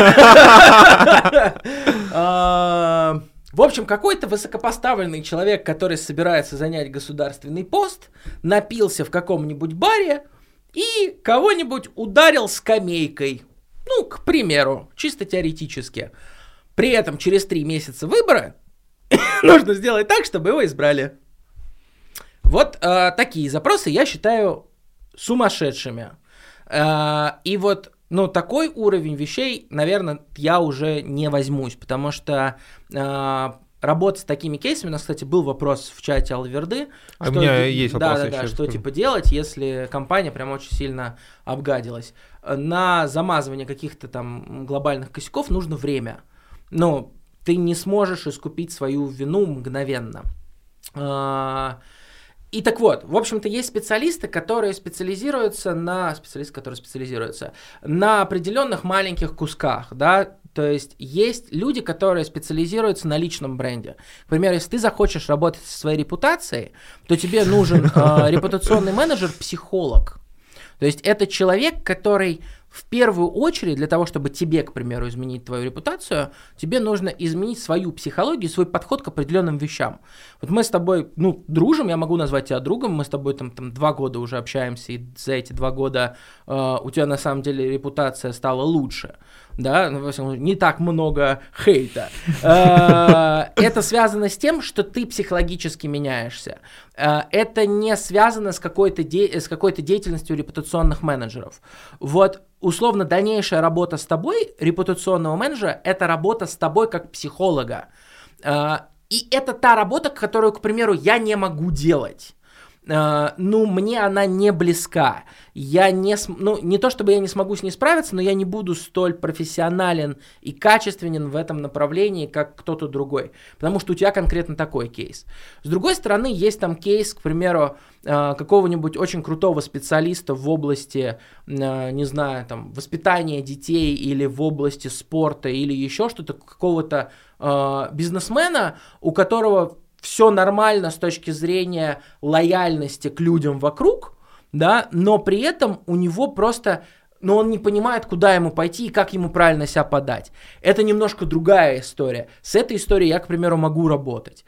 В общем, какой-то высокопоставленный человек, который собирается занять государственный пост, напился в каком-нибудь баре и кого-нибудь ударил скамейкой. Ну, к примеру, чисто теоретически. При этом через 3 месяца выбора нужно сделать так, чтобы его избрали. Вот такие запросы я считаю сумасшедшими. И вот, такой уровень вещей, наверное, я уже не возьмусь, потому что работать с такими кейсами, у нас, кстати, был вопрос в чате Алверды. У меня есть вопрос. Что типа делать, если компания прям очень сильно обгадилась. На замазывание каких-то там глобальных косяков нужно время. Но ты не сможешь искупить свою вину мгновенно. И так вот, в общем-то, есть специалисты, которые специализируются на определенных маленьких кусках, да, то есть есть люди, которые специализируются на личном бренде. К примеру, если ты захочешь работать со своей репутацией, то тебе нужен репутационный менеджер-психолог. То есть это человек, который в первую очередь для того, чтобы тебе, к примеру, изменить твою репутацию, тебе нужно изменить свою психологию, свой подход к определенным вещам. Вот мы с тобой, дружим, я могу назвать тебя другом, мы с тобой там 2 года уже общаемся, и за эти 2 года у тебя на самом деле репутация стала лучше. Да, не так много хейта. Это связано с тем, что ты психологически меняешься. Это не связано с какой-то деятельностью репутационных менеджеров. Вот, условно, дальнейшая работа с тобой, репутационного менеджера, это работа с тобой как психолога. И это та работа, которую, к примеру, я не могу делать. Мне она не близка. Не то чтобы я не смогу с ней справиться, но я не буду столь профессионален и качественен в этом направлении, как кто-то другой. Потому что у тебя конкретно такой кейс. С другой стороны, есть там кейс, к примеру, какого-нибудь очень крутого специалиста в области, не знаю, там, воспитания детей или в области спорта или еще что-то, какого-то бизнесмена, у которого все нормально с точки зрения лояльности к людям вокруг, да, но при этом у него просто, он не понимает, куда ему пойти и как ему правильно себя подать. Это немножко другая история. С этой историей я, к примеру, могу работать.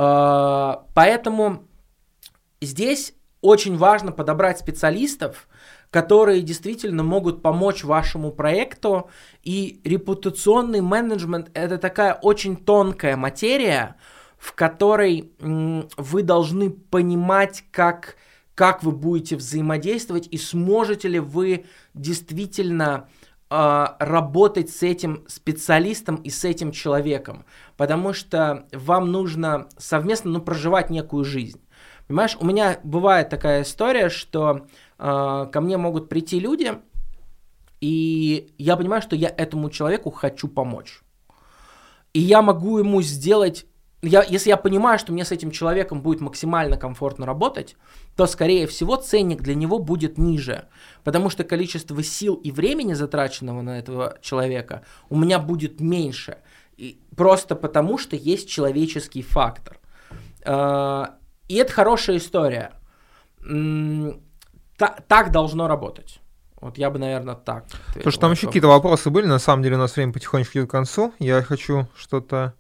Поэтому здесь очень важно подобрать специалистов, которые действительно могут помочь вашему проекту, и репутационный менеджмент – это такая очень тонкая материя, в которой вы должны понимать, как вы будете взаимодействовать и сможете ли вы действительно работать с этим специалистом и с этим человеком, потому что вам нужно совместно проживать некую жизнь. Понимаешь, у меня бывает такая история, что ко мне могут прийти люди, и я понимаю, что я этому человеку хочу помочь. И я могу ему сделать... Если я понимаю, что мне с этим человеком будет максимально комфортно работать, то, скорее всего, ценник для него будет ниже, потому что количество сил и времени, затраченного на этого человека, у меня будет меньше, просто потому что есть человеческий фактор. И это хорошая история. Так должно работать. Вот я бы, наверное, так. Потому что там еще какие-то вопросы были, на самом деле у нас время потихонечку идет к концу. Я хочу что-то...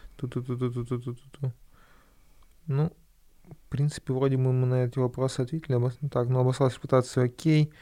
Ну, в принципе, вроде мы на эти вопросы ответили. Так, обослалась репутация, окей.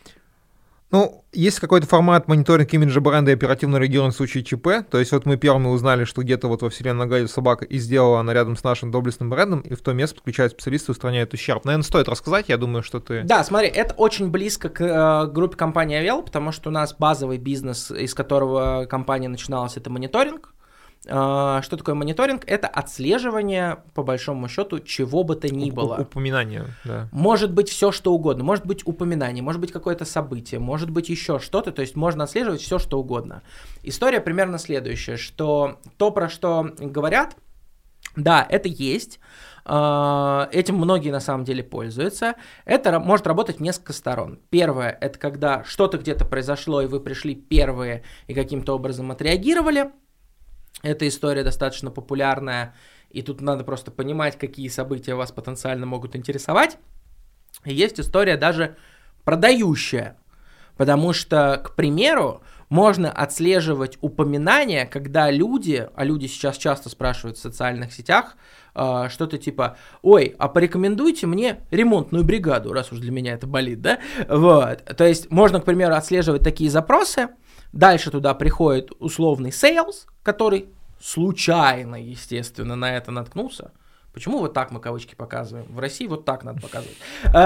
Ну, есть какой-то формат мониторинг имиджа бренда и оперативно реагирования в случае ЧП. То есть вот мы первыми узнали, что где-то вот во вселенной нагадила собака и сделала она рядом с нашим доблестным брендом, и в то место подключают специалисты и устраняют ущерб. Наверное, стоит рассказать, я думаю, что ты... Да, смотри, это очень близко к группе компании Avel, потому что у нас базовый бизнес, из которого компания начиналась, это мониторинг. Что такое мониторинг? Это отслеживание, по большому счету, чего бы то ни было. Упоминание, да. Может быть все, что угодно. Может быть упоминание, может быть какое-то событие, может быть еще что-то. То есть можно отслеживать все, что угодно. История примерно следующая, что то, про что говорят, да, это есть. Этим многие на самом деле пользуются. Это может работать в несколько сторон. Первое, это когда что-то где-то произошло, и вы пришли первые и каким-то образом отреагировали. Эта история достаточно популярная, и тут надо просто понимать, какие события вас потенциально могут интересовать. И есть история даже продающая, потому что, к примеру, можно отслеживать упоминания, когда люди, а люди сейчас часто спрашивают в социальных сетях, что-то типа: ой, а порекомендуйте мне ремонтную бригаду, раз уж для меня это болит, да? Вот. То есть можно, к примеру, отслеживать такие запросы. Дальше туда приходит условный sales, который случайно, естественно, на это наткнулся. Почему вот так мы кавычки показываем? В России вот так надо показывать.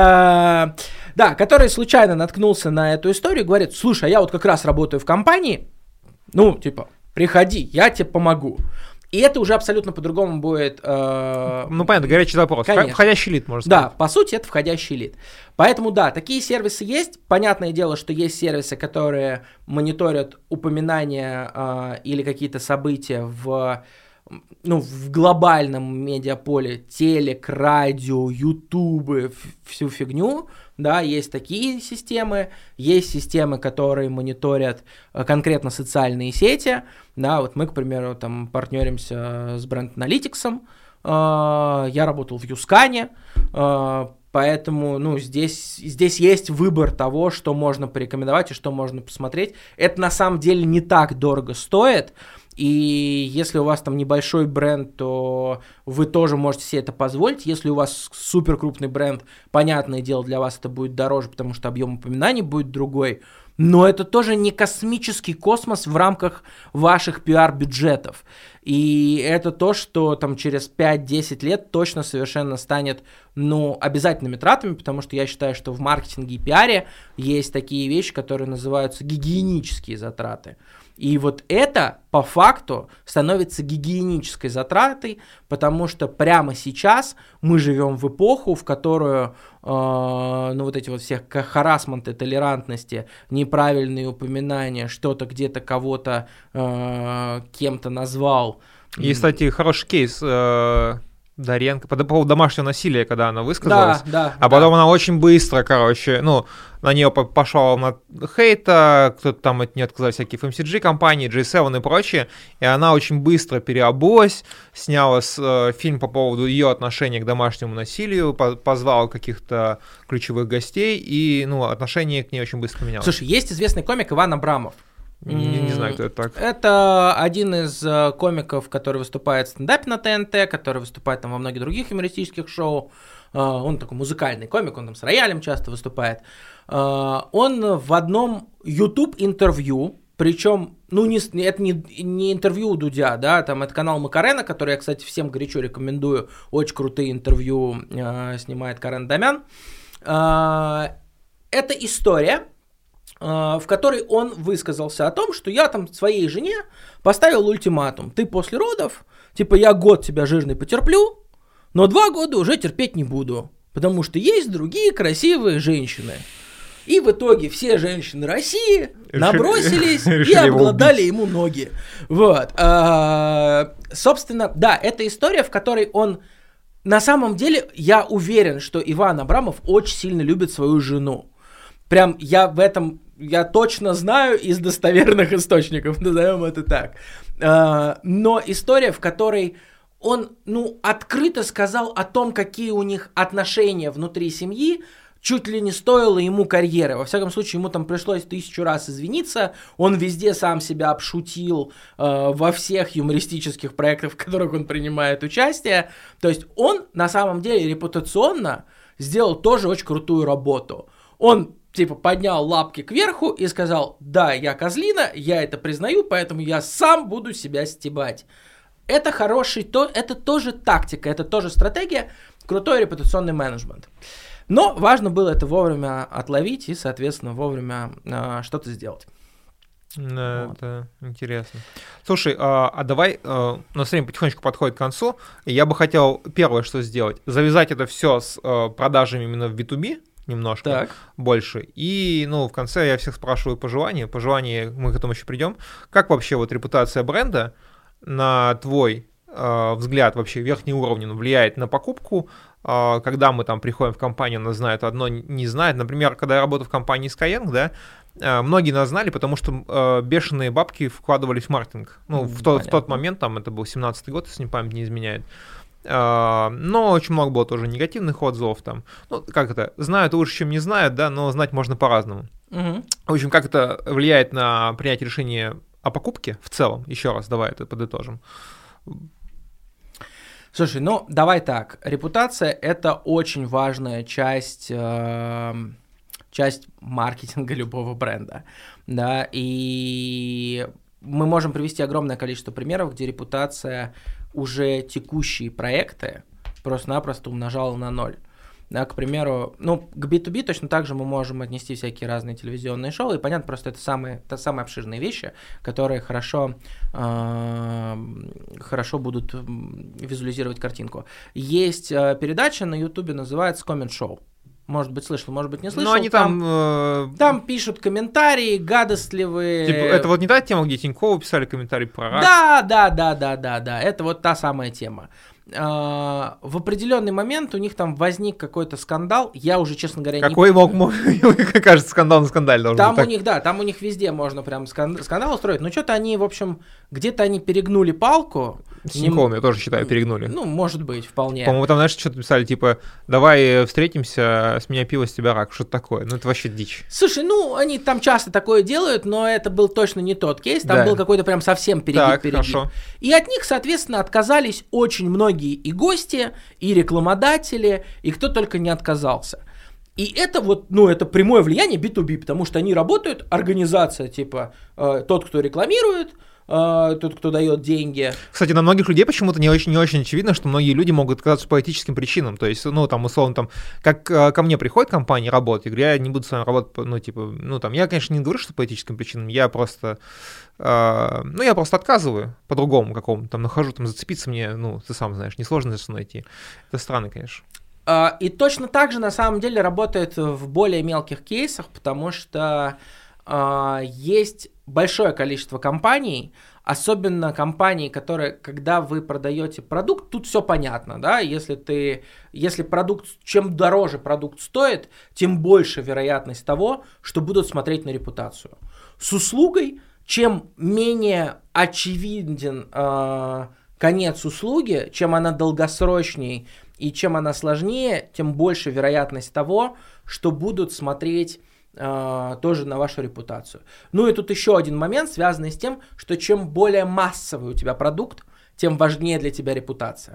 Да, который случайно наткнулся на эту историю, говорит: слушай, а я вот как раз работаю в компании, приходи, я тебе помогу. И это уже абсолютно по-другому будет... понятно, горячий запрос. Конечно. Входящий лид, можно сказать. Да, по сути, это входящий лид. Поэтому, да, такие сервисы есть. Понятное дело, что есть сервисы, которые мониторят упоминания или какие-то события в в глобальном медиаполе телек, радио, ютубы, всю фигню, да, есть такие системы, есть системы, которые мониторят конкретно социальные сети, да, вот мы, к примеру, там партнеримся с Brand Analytics, я работал в Юскане, поэтому, здесь есть выбор того, что можно порекомендовать и что можно посмотреть. Это на самом деле не так дорого стоит, и если у вас там небольшой бренд, то вы тоже можете себе это позволить. Если у вас супер крупный бренд, понятное дело, для вас это будет дороже, потому что объем упоминаний будет другой. Но это тоже не космический космос в рамках ваших пиар-бюджетов. И это то, что там через 5-10 лет точно совершенно станет, обязательными тратами, потому что я считаю, что в маркетинге и пиаре есть такие вещи, которые называются гигиенические затраты. И вот это, по факту, становится гигиенической затратой, потому что прямо сейчас мы живем в эпоху, в которую, вот эти вот все харассменты, толерантности, неправильные упоминания, что-то где-то кого-то кем-то назвал. И, кстати, хороший кейс Доренко по поводу домашнего насилия, когда она высказалась, потом она очень быстро, на нее пошла волна хейта, кто-то там от нее отказался, всякие FMCG компании, J7 и прочее, и она очень быстро переобулась, сняла фильм по поводу ее отношения к домашнему насилию, позвала каких-то ключевых гостей, и отношение к ней очень быстро менялось. Слушай, есть известный комик Иван Абрамов. Не знаю, кто это так. Это один из комиков, который выступает в стендапе на ТНТ, который выступает там во многих других юмористических шоу. Он такой музыкальный комик, он там с роялем часто выступает. Он в одном YouTube-интервью, причем, это не интервью у Дудя, да, там это канал Макарена, который я, кстати, всем горячо рекомендую, очень крутые интервью снимает Карен Дамян. Это история, в которой он высказался о том, что я там своей жене поставил ультиматум. Ты после родов, я год тебя жирный потерплю, но 2 года уже терпеть не буду, потому что есть другие красивые женщины. И в итоге все женщины России набросились и обглодали ему ноги. Вот. Собственно, да, это история, в которой он... На самом деле, я уверен, что Иван Абрамов очень сильно любит свою жену. Прям я точно знаю из достоверных источников, назовем это так. Но история, в которой он, открыто сказал о том, какие у них отношения внутри семьи, чуть ли не стоило ему карьеры. Во всяком случае, ему там пришлось 1000 раз извиниться. Он везде сам себя обшутил во всех юмористических проектах, в которых он принимает участие. То есть он на самом деле репутационно сделал тоже очень крутую работу. Он поднял лапки кверху и сказал: да, я козлина, я это признаю, поэтому я сам буду себя стебать. Это это тоже тактика, это тоже стратегия, крутой репутационный менеджмент. Но важно было это вовремя отловить и, соответственно, вовремя что-то сделать. Да, вот. Это интересно. Слушай, давай, у нас время потихонечку подходит к концу, и я бы хотел первое, что сделать, завязать это все с продажами именно в B2B, немножко больше. И, в конце я всех спрашиваю пожелания. Пожелания, мы к этому еще придем. Как вообще репутация бренда, на твой взгляд, вообще верхний уровень влияет на покупку? Когда мы там приходим в компанию, нас знают одно, не знают. Например, когда я работал в компании Skyeng, да, многие нас знали, потому что бешеные бабки вкладывались в маркетинг. В тот момент, там это был 17-й год, если память не изменяет. Но очень много было тоже негативных отзывов там. Знают лучше, чем не знают, да, но знать можно по-разному. В общем, как это влияет на принятие решения о покупке в целом? Еще раз, давай это подытожим. Слушай, давай так. Репутация — это очень важная часть маркетинга любого бренда, да, и мы можем привести огромное количество примеров, где репутация уже текущие проекты просто-напросто умножала на 0. Да, к примеру, к B2B точно так же мы можем отнести всякие разные телевизионные шоу, и понятно, просто это самые обширные вещи, которые хорошо будут визуализировать картинку. Есть передача на YouTube, называется Comment Show. Может быть, слышал, может быть, не слышал. Ну, они там пишут комментарии гадостливые. Типа, это вот не та тема, где Тинькову писали комментарий про рак? Да. Это вот та самая тема. В определенный момент у них там возник какой-то скандал. Я уже, честно говоря, какой мог, кажется, скандал на скандале должен там быть. У них, да, там у них везде можно прям скандал устроить. Но что-то они, в общем, где-то они перегнули палку. С Тиньковым, я тоже считаю, перегнули. Ну, может быть, вполне. По-моему, там, знаешь, что-то писали, типа, давай встретимся, с меня пиво, с тебя рак, что-то такое. Ну, это вообще дичь. Слушай, ну, они там часто такое делают, но это был точно не тот кейс. Там был какой-то прям совсем перегиб. Хорошо. И от них, соответственно, отказались очень многие и гости, и рекламодатели, и кто только не отказался. И это вот, ну, это прямое влияние B2B, потому что они работают, организация, типа, тот, кто рекламирует, тот, кто дает деньги. Кстати, на многих людей почему-то не очень очевидно, что многие люди могут отказаться по этическим причинам. То есть, ну, там, условно, там, как ко мне приходит компания работать, я говорю, я не буду с вами работать, ну, типа, ну, там, я, конечно, не говорю, что по этическим причинам, я просто отказываю по-другому какому-то, там, нахожу, там, зацепиться мне, ну, ты сам знаешь, несложно это найти. Это странно, конечно. И точно так же, на самом деле, работает в более мелких кейсах, потому что есть большое количество компаний, особенно компаний, которые, когда вы продаете продукт, тут все понятно, да, если продукт, чем дороже продукт стоит, тем больше вероятность того, что будут смотреть на репутацию. С услугой, чем менее очевиден конец услуги, чем она долгосрочней и чем она сложнее, тем больше вероятность того, что будут смотреть тоже на вашу репутацию. Ну и тут еще один момент, связанный с тем, что чем более массовый у тебя продукт, тем важнее для тебя репутация.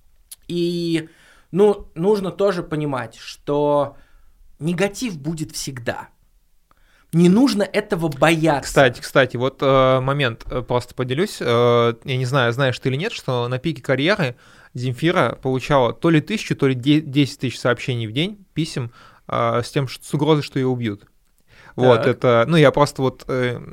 И, ну, нужно тоже понимать, что негатив будет всегда. Не нужно этого бояться. Кстати, вот момент, просто поделюсь. Я не знаю, знаешь ты или нет, что на пике карьеры Земфира получала то ли 1000, то ли 10 тысяч сообщений в день, писем, с тем, что с угрозой, что ее убьют. Так. Вот, это, ну, я просто вот,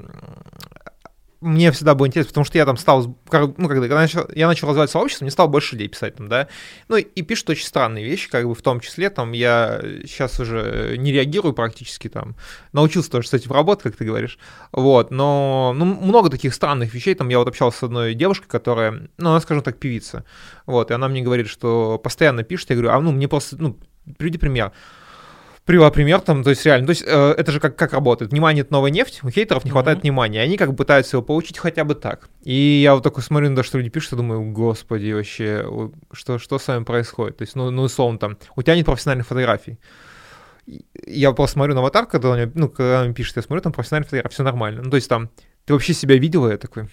мне всегда было интересно, потому что я там стал, ну, когда я начал развивать сообщество, мне стало больше людей писать там, да, ну, и пишут очень странные вещи, как бы в том числе, там, я сейчас уже не реагирую практически, там, научился тоже с этим работать, как ты говоришь, вот, но, ну, много таких странных вещей, там, я вот общался с одной девушкой, которая, ну, она, скажем так, певица, вот, и она мне говорит, что постоянно пишет, я говорю, мне просто, ну, приведи пример, привела пример, там, то есть реально, то есть это же как работает, внимание — это новая нефть, у хейтеров не хватает внимания, и они как бы пытаются его получить хотя бы так. И я вот такой смотрю на то, что люди пишут, и думаю, господи, вообще, что с вами происходит? То есть, ну условно, там, у тебя нет профессиональных фотографий. Я просто смотрю на аватар, когда он мне пишет, я смотрю, там профессиональные фотографии, все нормально. Ну, то есть там, ты вообще себя видела? Я такой...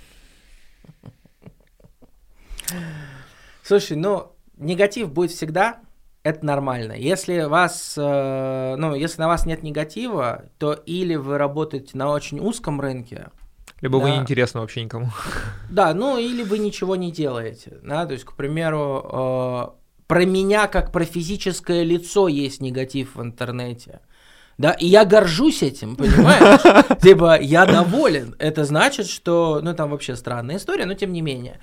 Слушай, ну, негатив будет всегда... Это нормально. Если на вас нет негатива, то или вы работаете на очень узком рынке, либо вы неинтересны вообще никому. Да, ну или вы ничего не делаете. Да? То есть, к примеру, про меня как про физическое лицо есть негатив в интернете. Да, и я горжусь этим, понимаешь? Типа, я доволен. Это значит, что... Ну, там вообще странная история, но тем не менее.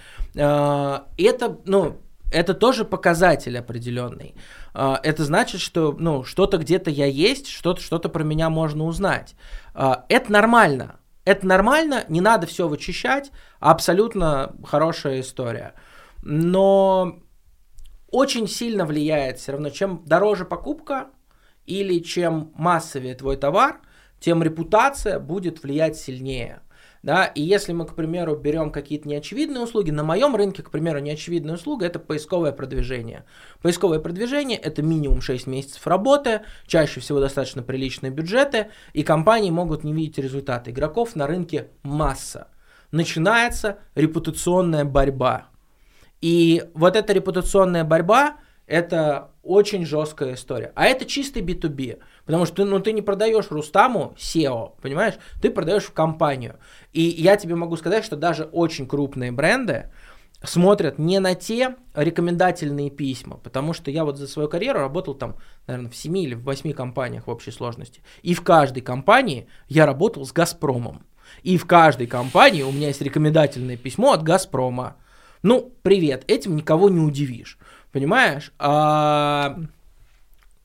Это тоже показатель определенный. Это значит, что что-то где-то я есть, что-то про меня можно узнать. Это нормально. Это нормально, не надо все вычищать. Абсолютно хорошая история. Но очень сильно влияет все равно, чем дороже покупка или чем массовее твой товар, тем репутация будет влиять сильнее. Да, и если мы, к примеру, берем какие-то неочевидные услуги, на моем рынке, к примеру, неочевидная услуга – это поисковое продвижение. Поисковое продвижение – это минимум 6 месяцев работы, чаще всего достаточно приличные бюджеты, и компании могут не видеть результаты. Игроков на рынке масса. Начинается репутационная борьба. И вот эта репутационная борьба – это очень жесткая история. А это чистый B2B. Потому что ты не продаешь Рустаму SEO, понимаешь? Ты продаешь в компанию. И я тебе могу сказать, что даже очень крупные бренды смотрят не на те рекомендательные письма, потому что я вот за свою карьеру работал там, наверное, в 7 или в 8 компаниях в общей сложности. И в каждой компании я работал с Газпромом. И в каждой компании у меня есть рекомендательное письмо от Газпрома. Ну, привет, этим никого не удивишь. Понимаешь?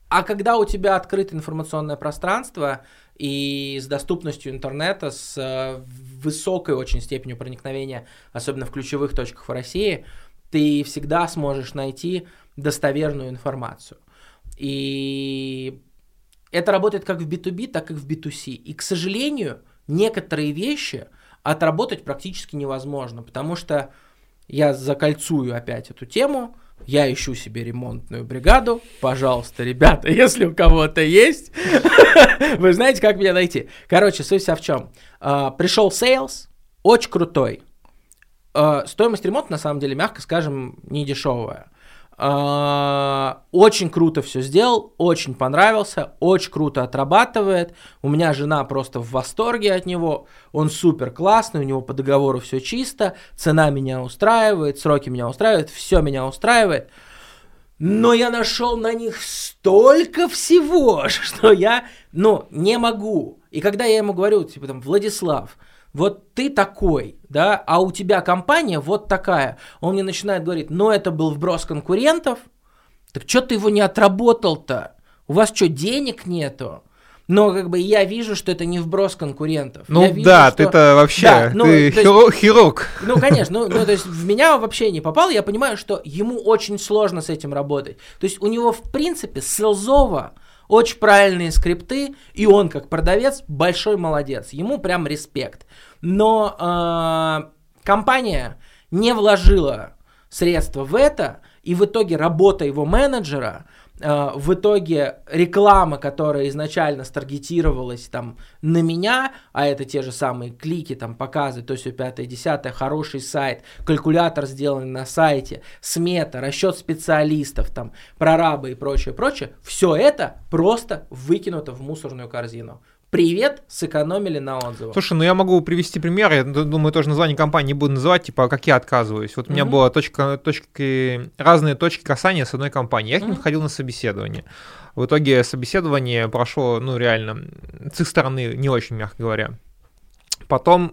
А когда у тебя открыто информационное пространство и с доступностью интернета, с высокой очень степенью проникновения, особенно в ключевых точках в России, ты всегда сможешь найти достоверную информацию. И это работает как в B2B, так и в B2C. И, к сожалению, некоторые вещи отработать практически невозможно, потому что я закольцую опять эту тему, я ищу себе ремонтную бригаду, пожалуйста, ребята, если у кого-то есть, вы знаете, как меня найти. Короче, суть вся в чем. Пришел сейлс, очень крутой. Стоимость ремонта, на самом деле, мягко скажем, не дешевая. Очень круто все сделал, очень понравился, очень круто отрабатывает. У меня жена просто в восторге от него. Он супер классный, у него по договору все чисто, цена меня устраивает, сроки меня устраивают, все меня устраивает. Но я нашел на них столько всего, что я, не могу. И когда я ему говорю, типа там, Владислав, вот ты такой, да, а у тебя компания вот такая. Он мне начинает говорить, это был вброс конкурентов. Так что ты его не отработал-то? У вас что, денег нету? Но я вижу, что это не вброс конкурентов. Ты-то вообще, ты хирург. Конечно, то есть в меня вообще не попало, я понимаю, что ему очень сложно с этим работать. То есть у него, в принципе, селзово очень правильные скрипты, и он, как продавец, большой молодец. Ему прям респект. Но компания не вложила средства в это, и в итоге работа его менеджера, в итоге реклама, которая изначально старгетировалась там на меня, а это те же самые клики, там показы, то есть 5-10, хороший сайт, калькулятор сделан на сайте, смета, расчет специалистов, там, прорабы и прочее, все это просто выкинуто в мусорную корзину. Привет, сэкономили на отзывах. Слушай, я могу привести пример, я думаю, тоже название компании не буду называть, типа, как я отказываюсь. Вот у меня была разные точки касания с одной компанией, я к ним ходил на собеседование. В итоге собеседование прошло, реально, с их стороны не очень, мягко говоря. Потом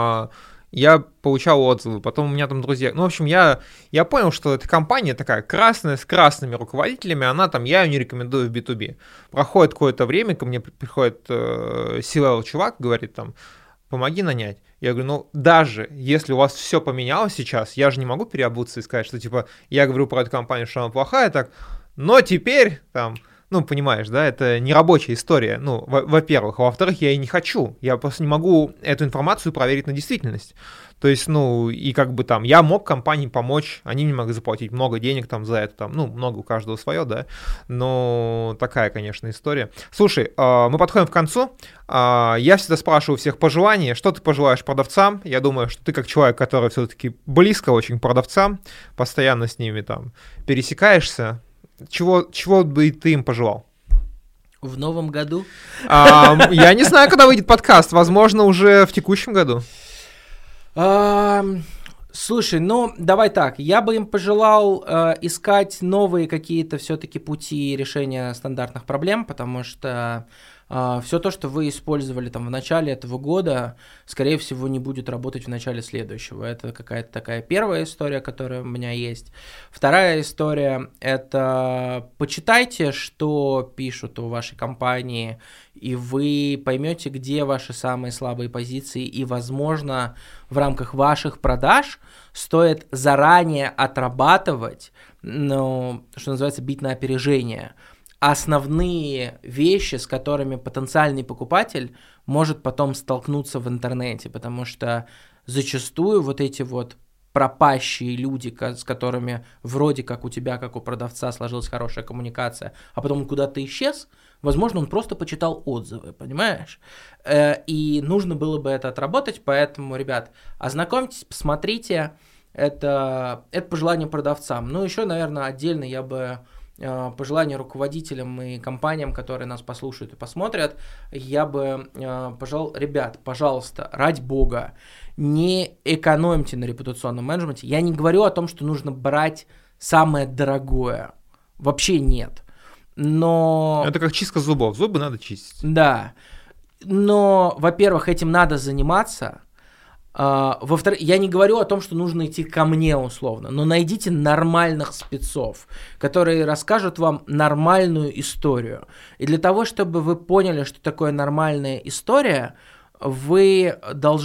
я получал отзывы, потом у меня там друзья... в общем, я понял, что эта компания такая красная, с красными руководителями, я ее не рекомендую в B2B. Проходит какое-то время, ко мне приходит C-level чувак, говорит там, помоги нанять. Я говорю, даже если у вас все поменялось сейчас, я же не могу переобуться и сказать, что, типа, я говорю про эту компанию, что она плохая, так, но теперь, там... понимаешь, да, это не рабочая история, во-первых. А во-вторых, я и не хочу. Я просто не могу эту информацию проверить на действительность. То есть, и я мог компании помочь, они мне могли заплатить много денег там за это, много у каждого свое, да, но такая, конечно, история. Слушай, мы подходим к концу. Я всегда спрашиваю всех пожелания. Что ты пожелаешь продавцам? Я думаю, что ты как человек, который все-таки близко очень к продавцам, постоянно с ними там пересекаешься. Чего бы ты им пожелал? В новом году? Я не знаю, когда выйдет подкаст. Возможно, уже в текущем году. Слушай, давай так. Я бы им пожелал искать новые какие-то все-таки пути решения стандартных проблем, потому что все то, что вы использовали там в начале этого года, скорее всего, не будет работать в начале следующего. Это какая-то такая первая история, которая у меня есть. Вторая история – это почитайте, что пишут у вашей компании, и вы поймете, где ваши самые слабые позиции, и, возможно, в рамках ваших продаж стоит заранее отрабатывать, что называется, бить на опережение, основные вещи, с которыми потенциальный покупатель может потом столкнуться в интернете, потому что зачастую вот эти вот пропащие люди, с которыми вроде как у тебя, как у продавца, сложилась хорошая коммуникация, а потом он куда-то исчез, возможно, он просто почитал отзывы, понимаешь? И нужно было бы это отработать, поэтому, ребят, ознакомьтесь, посмотрите, это пожелание продавцам. Еще, наверное, отдельно я бы пожелания руководителям и компаниям, которые нас послушают и посмотрят, я бы пожелал, ребят, пожалуйста, ради бога, не экономьте на репутационном менеджменте. Я не говорю о том, что нужно брать самое дорогое. Вообще нет. Но... Это как чистка зубов. Зубы надо чистить. Да. Но, во-первых, этим надо заниматься. Во-вторых, я не говорю о том, что нужно идти ко мне условно, но найдите нормальных спецов, которые расскажут вам нормальную историю. И для того, чтобы вы поняли, что такое нормальная история, вы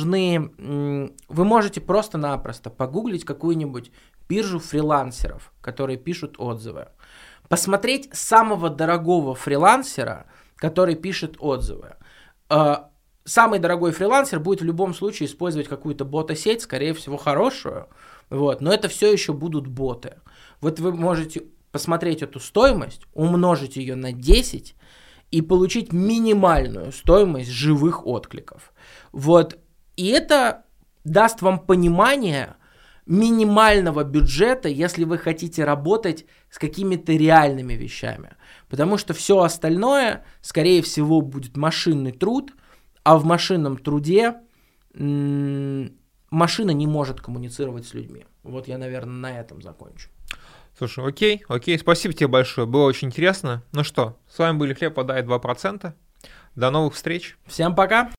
можете просто-напросто погуглить какую-нибудь биржу фрилансеров, которые пишут отзывы. Посмотреть самого дорогого фрилансера, который пишет отзывы. Самый дорогой фрилансер будет в любом случае использовать какую-то бота-сеть, скорее всего, хорошую, вот, но это все еще будут боты. Вот вы можете посмотреть эту стоимость, умножить ее на 10 и получить минимальную стоимость живых откликов. Вот, и это даст вам понимание минимального бюджета, если вы хотите работать с какими-то реальными вещами. Потому что все остальное, скорее всего, будет машинный труд, а в машинном труде машина не может коммуницировать с людьми. Вот я, наверное, на этом закончу. Слушай, окей, спасибо тебе большое, было очень интересно. Ну что, с вами были Хлеб подает 2%. До новых встреч. Всем пока.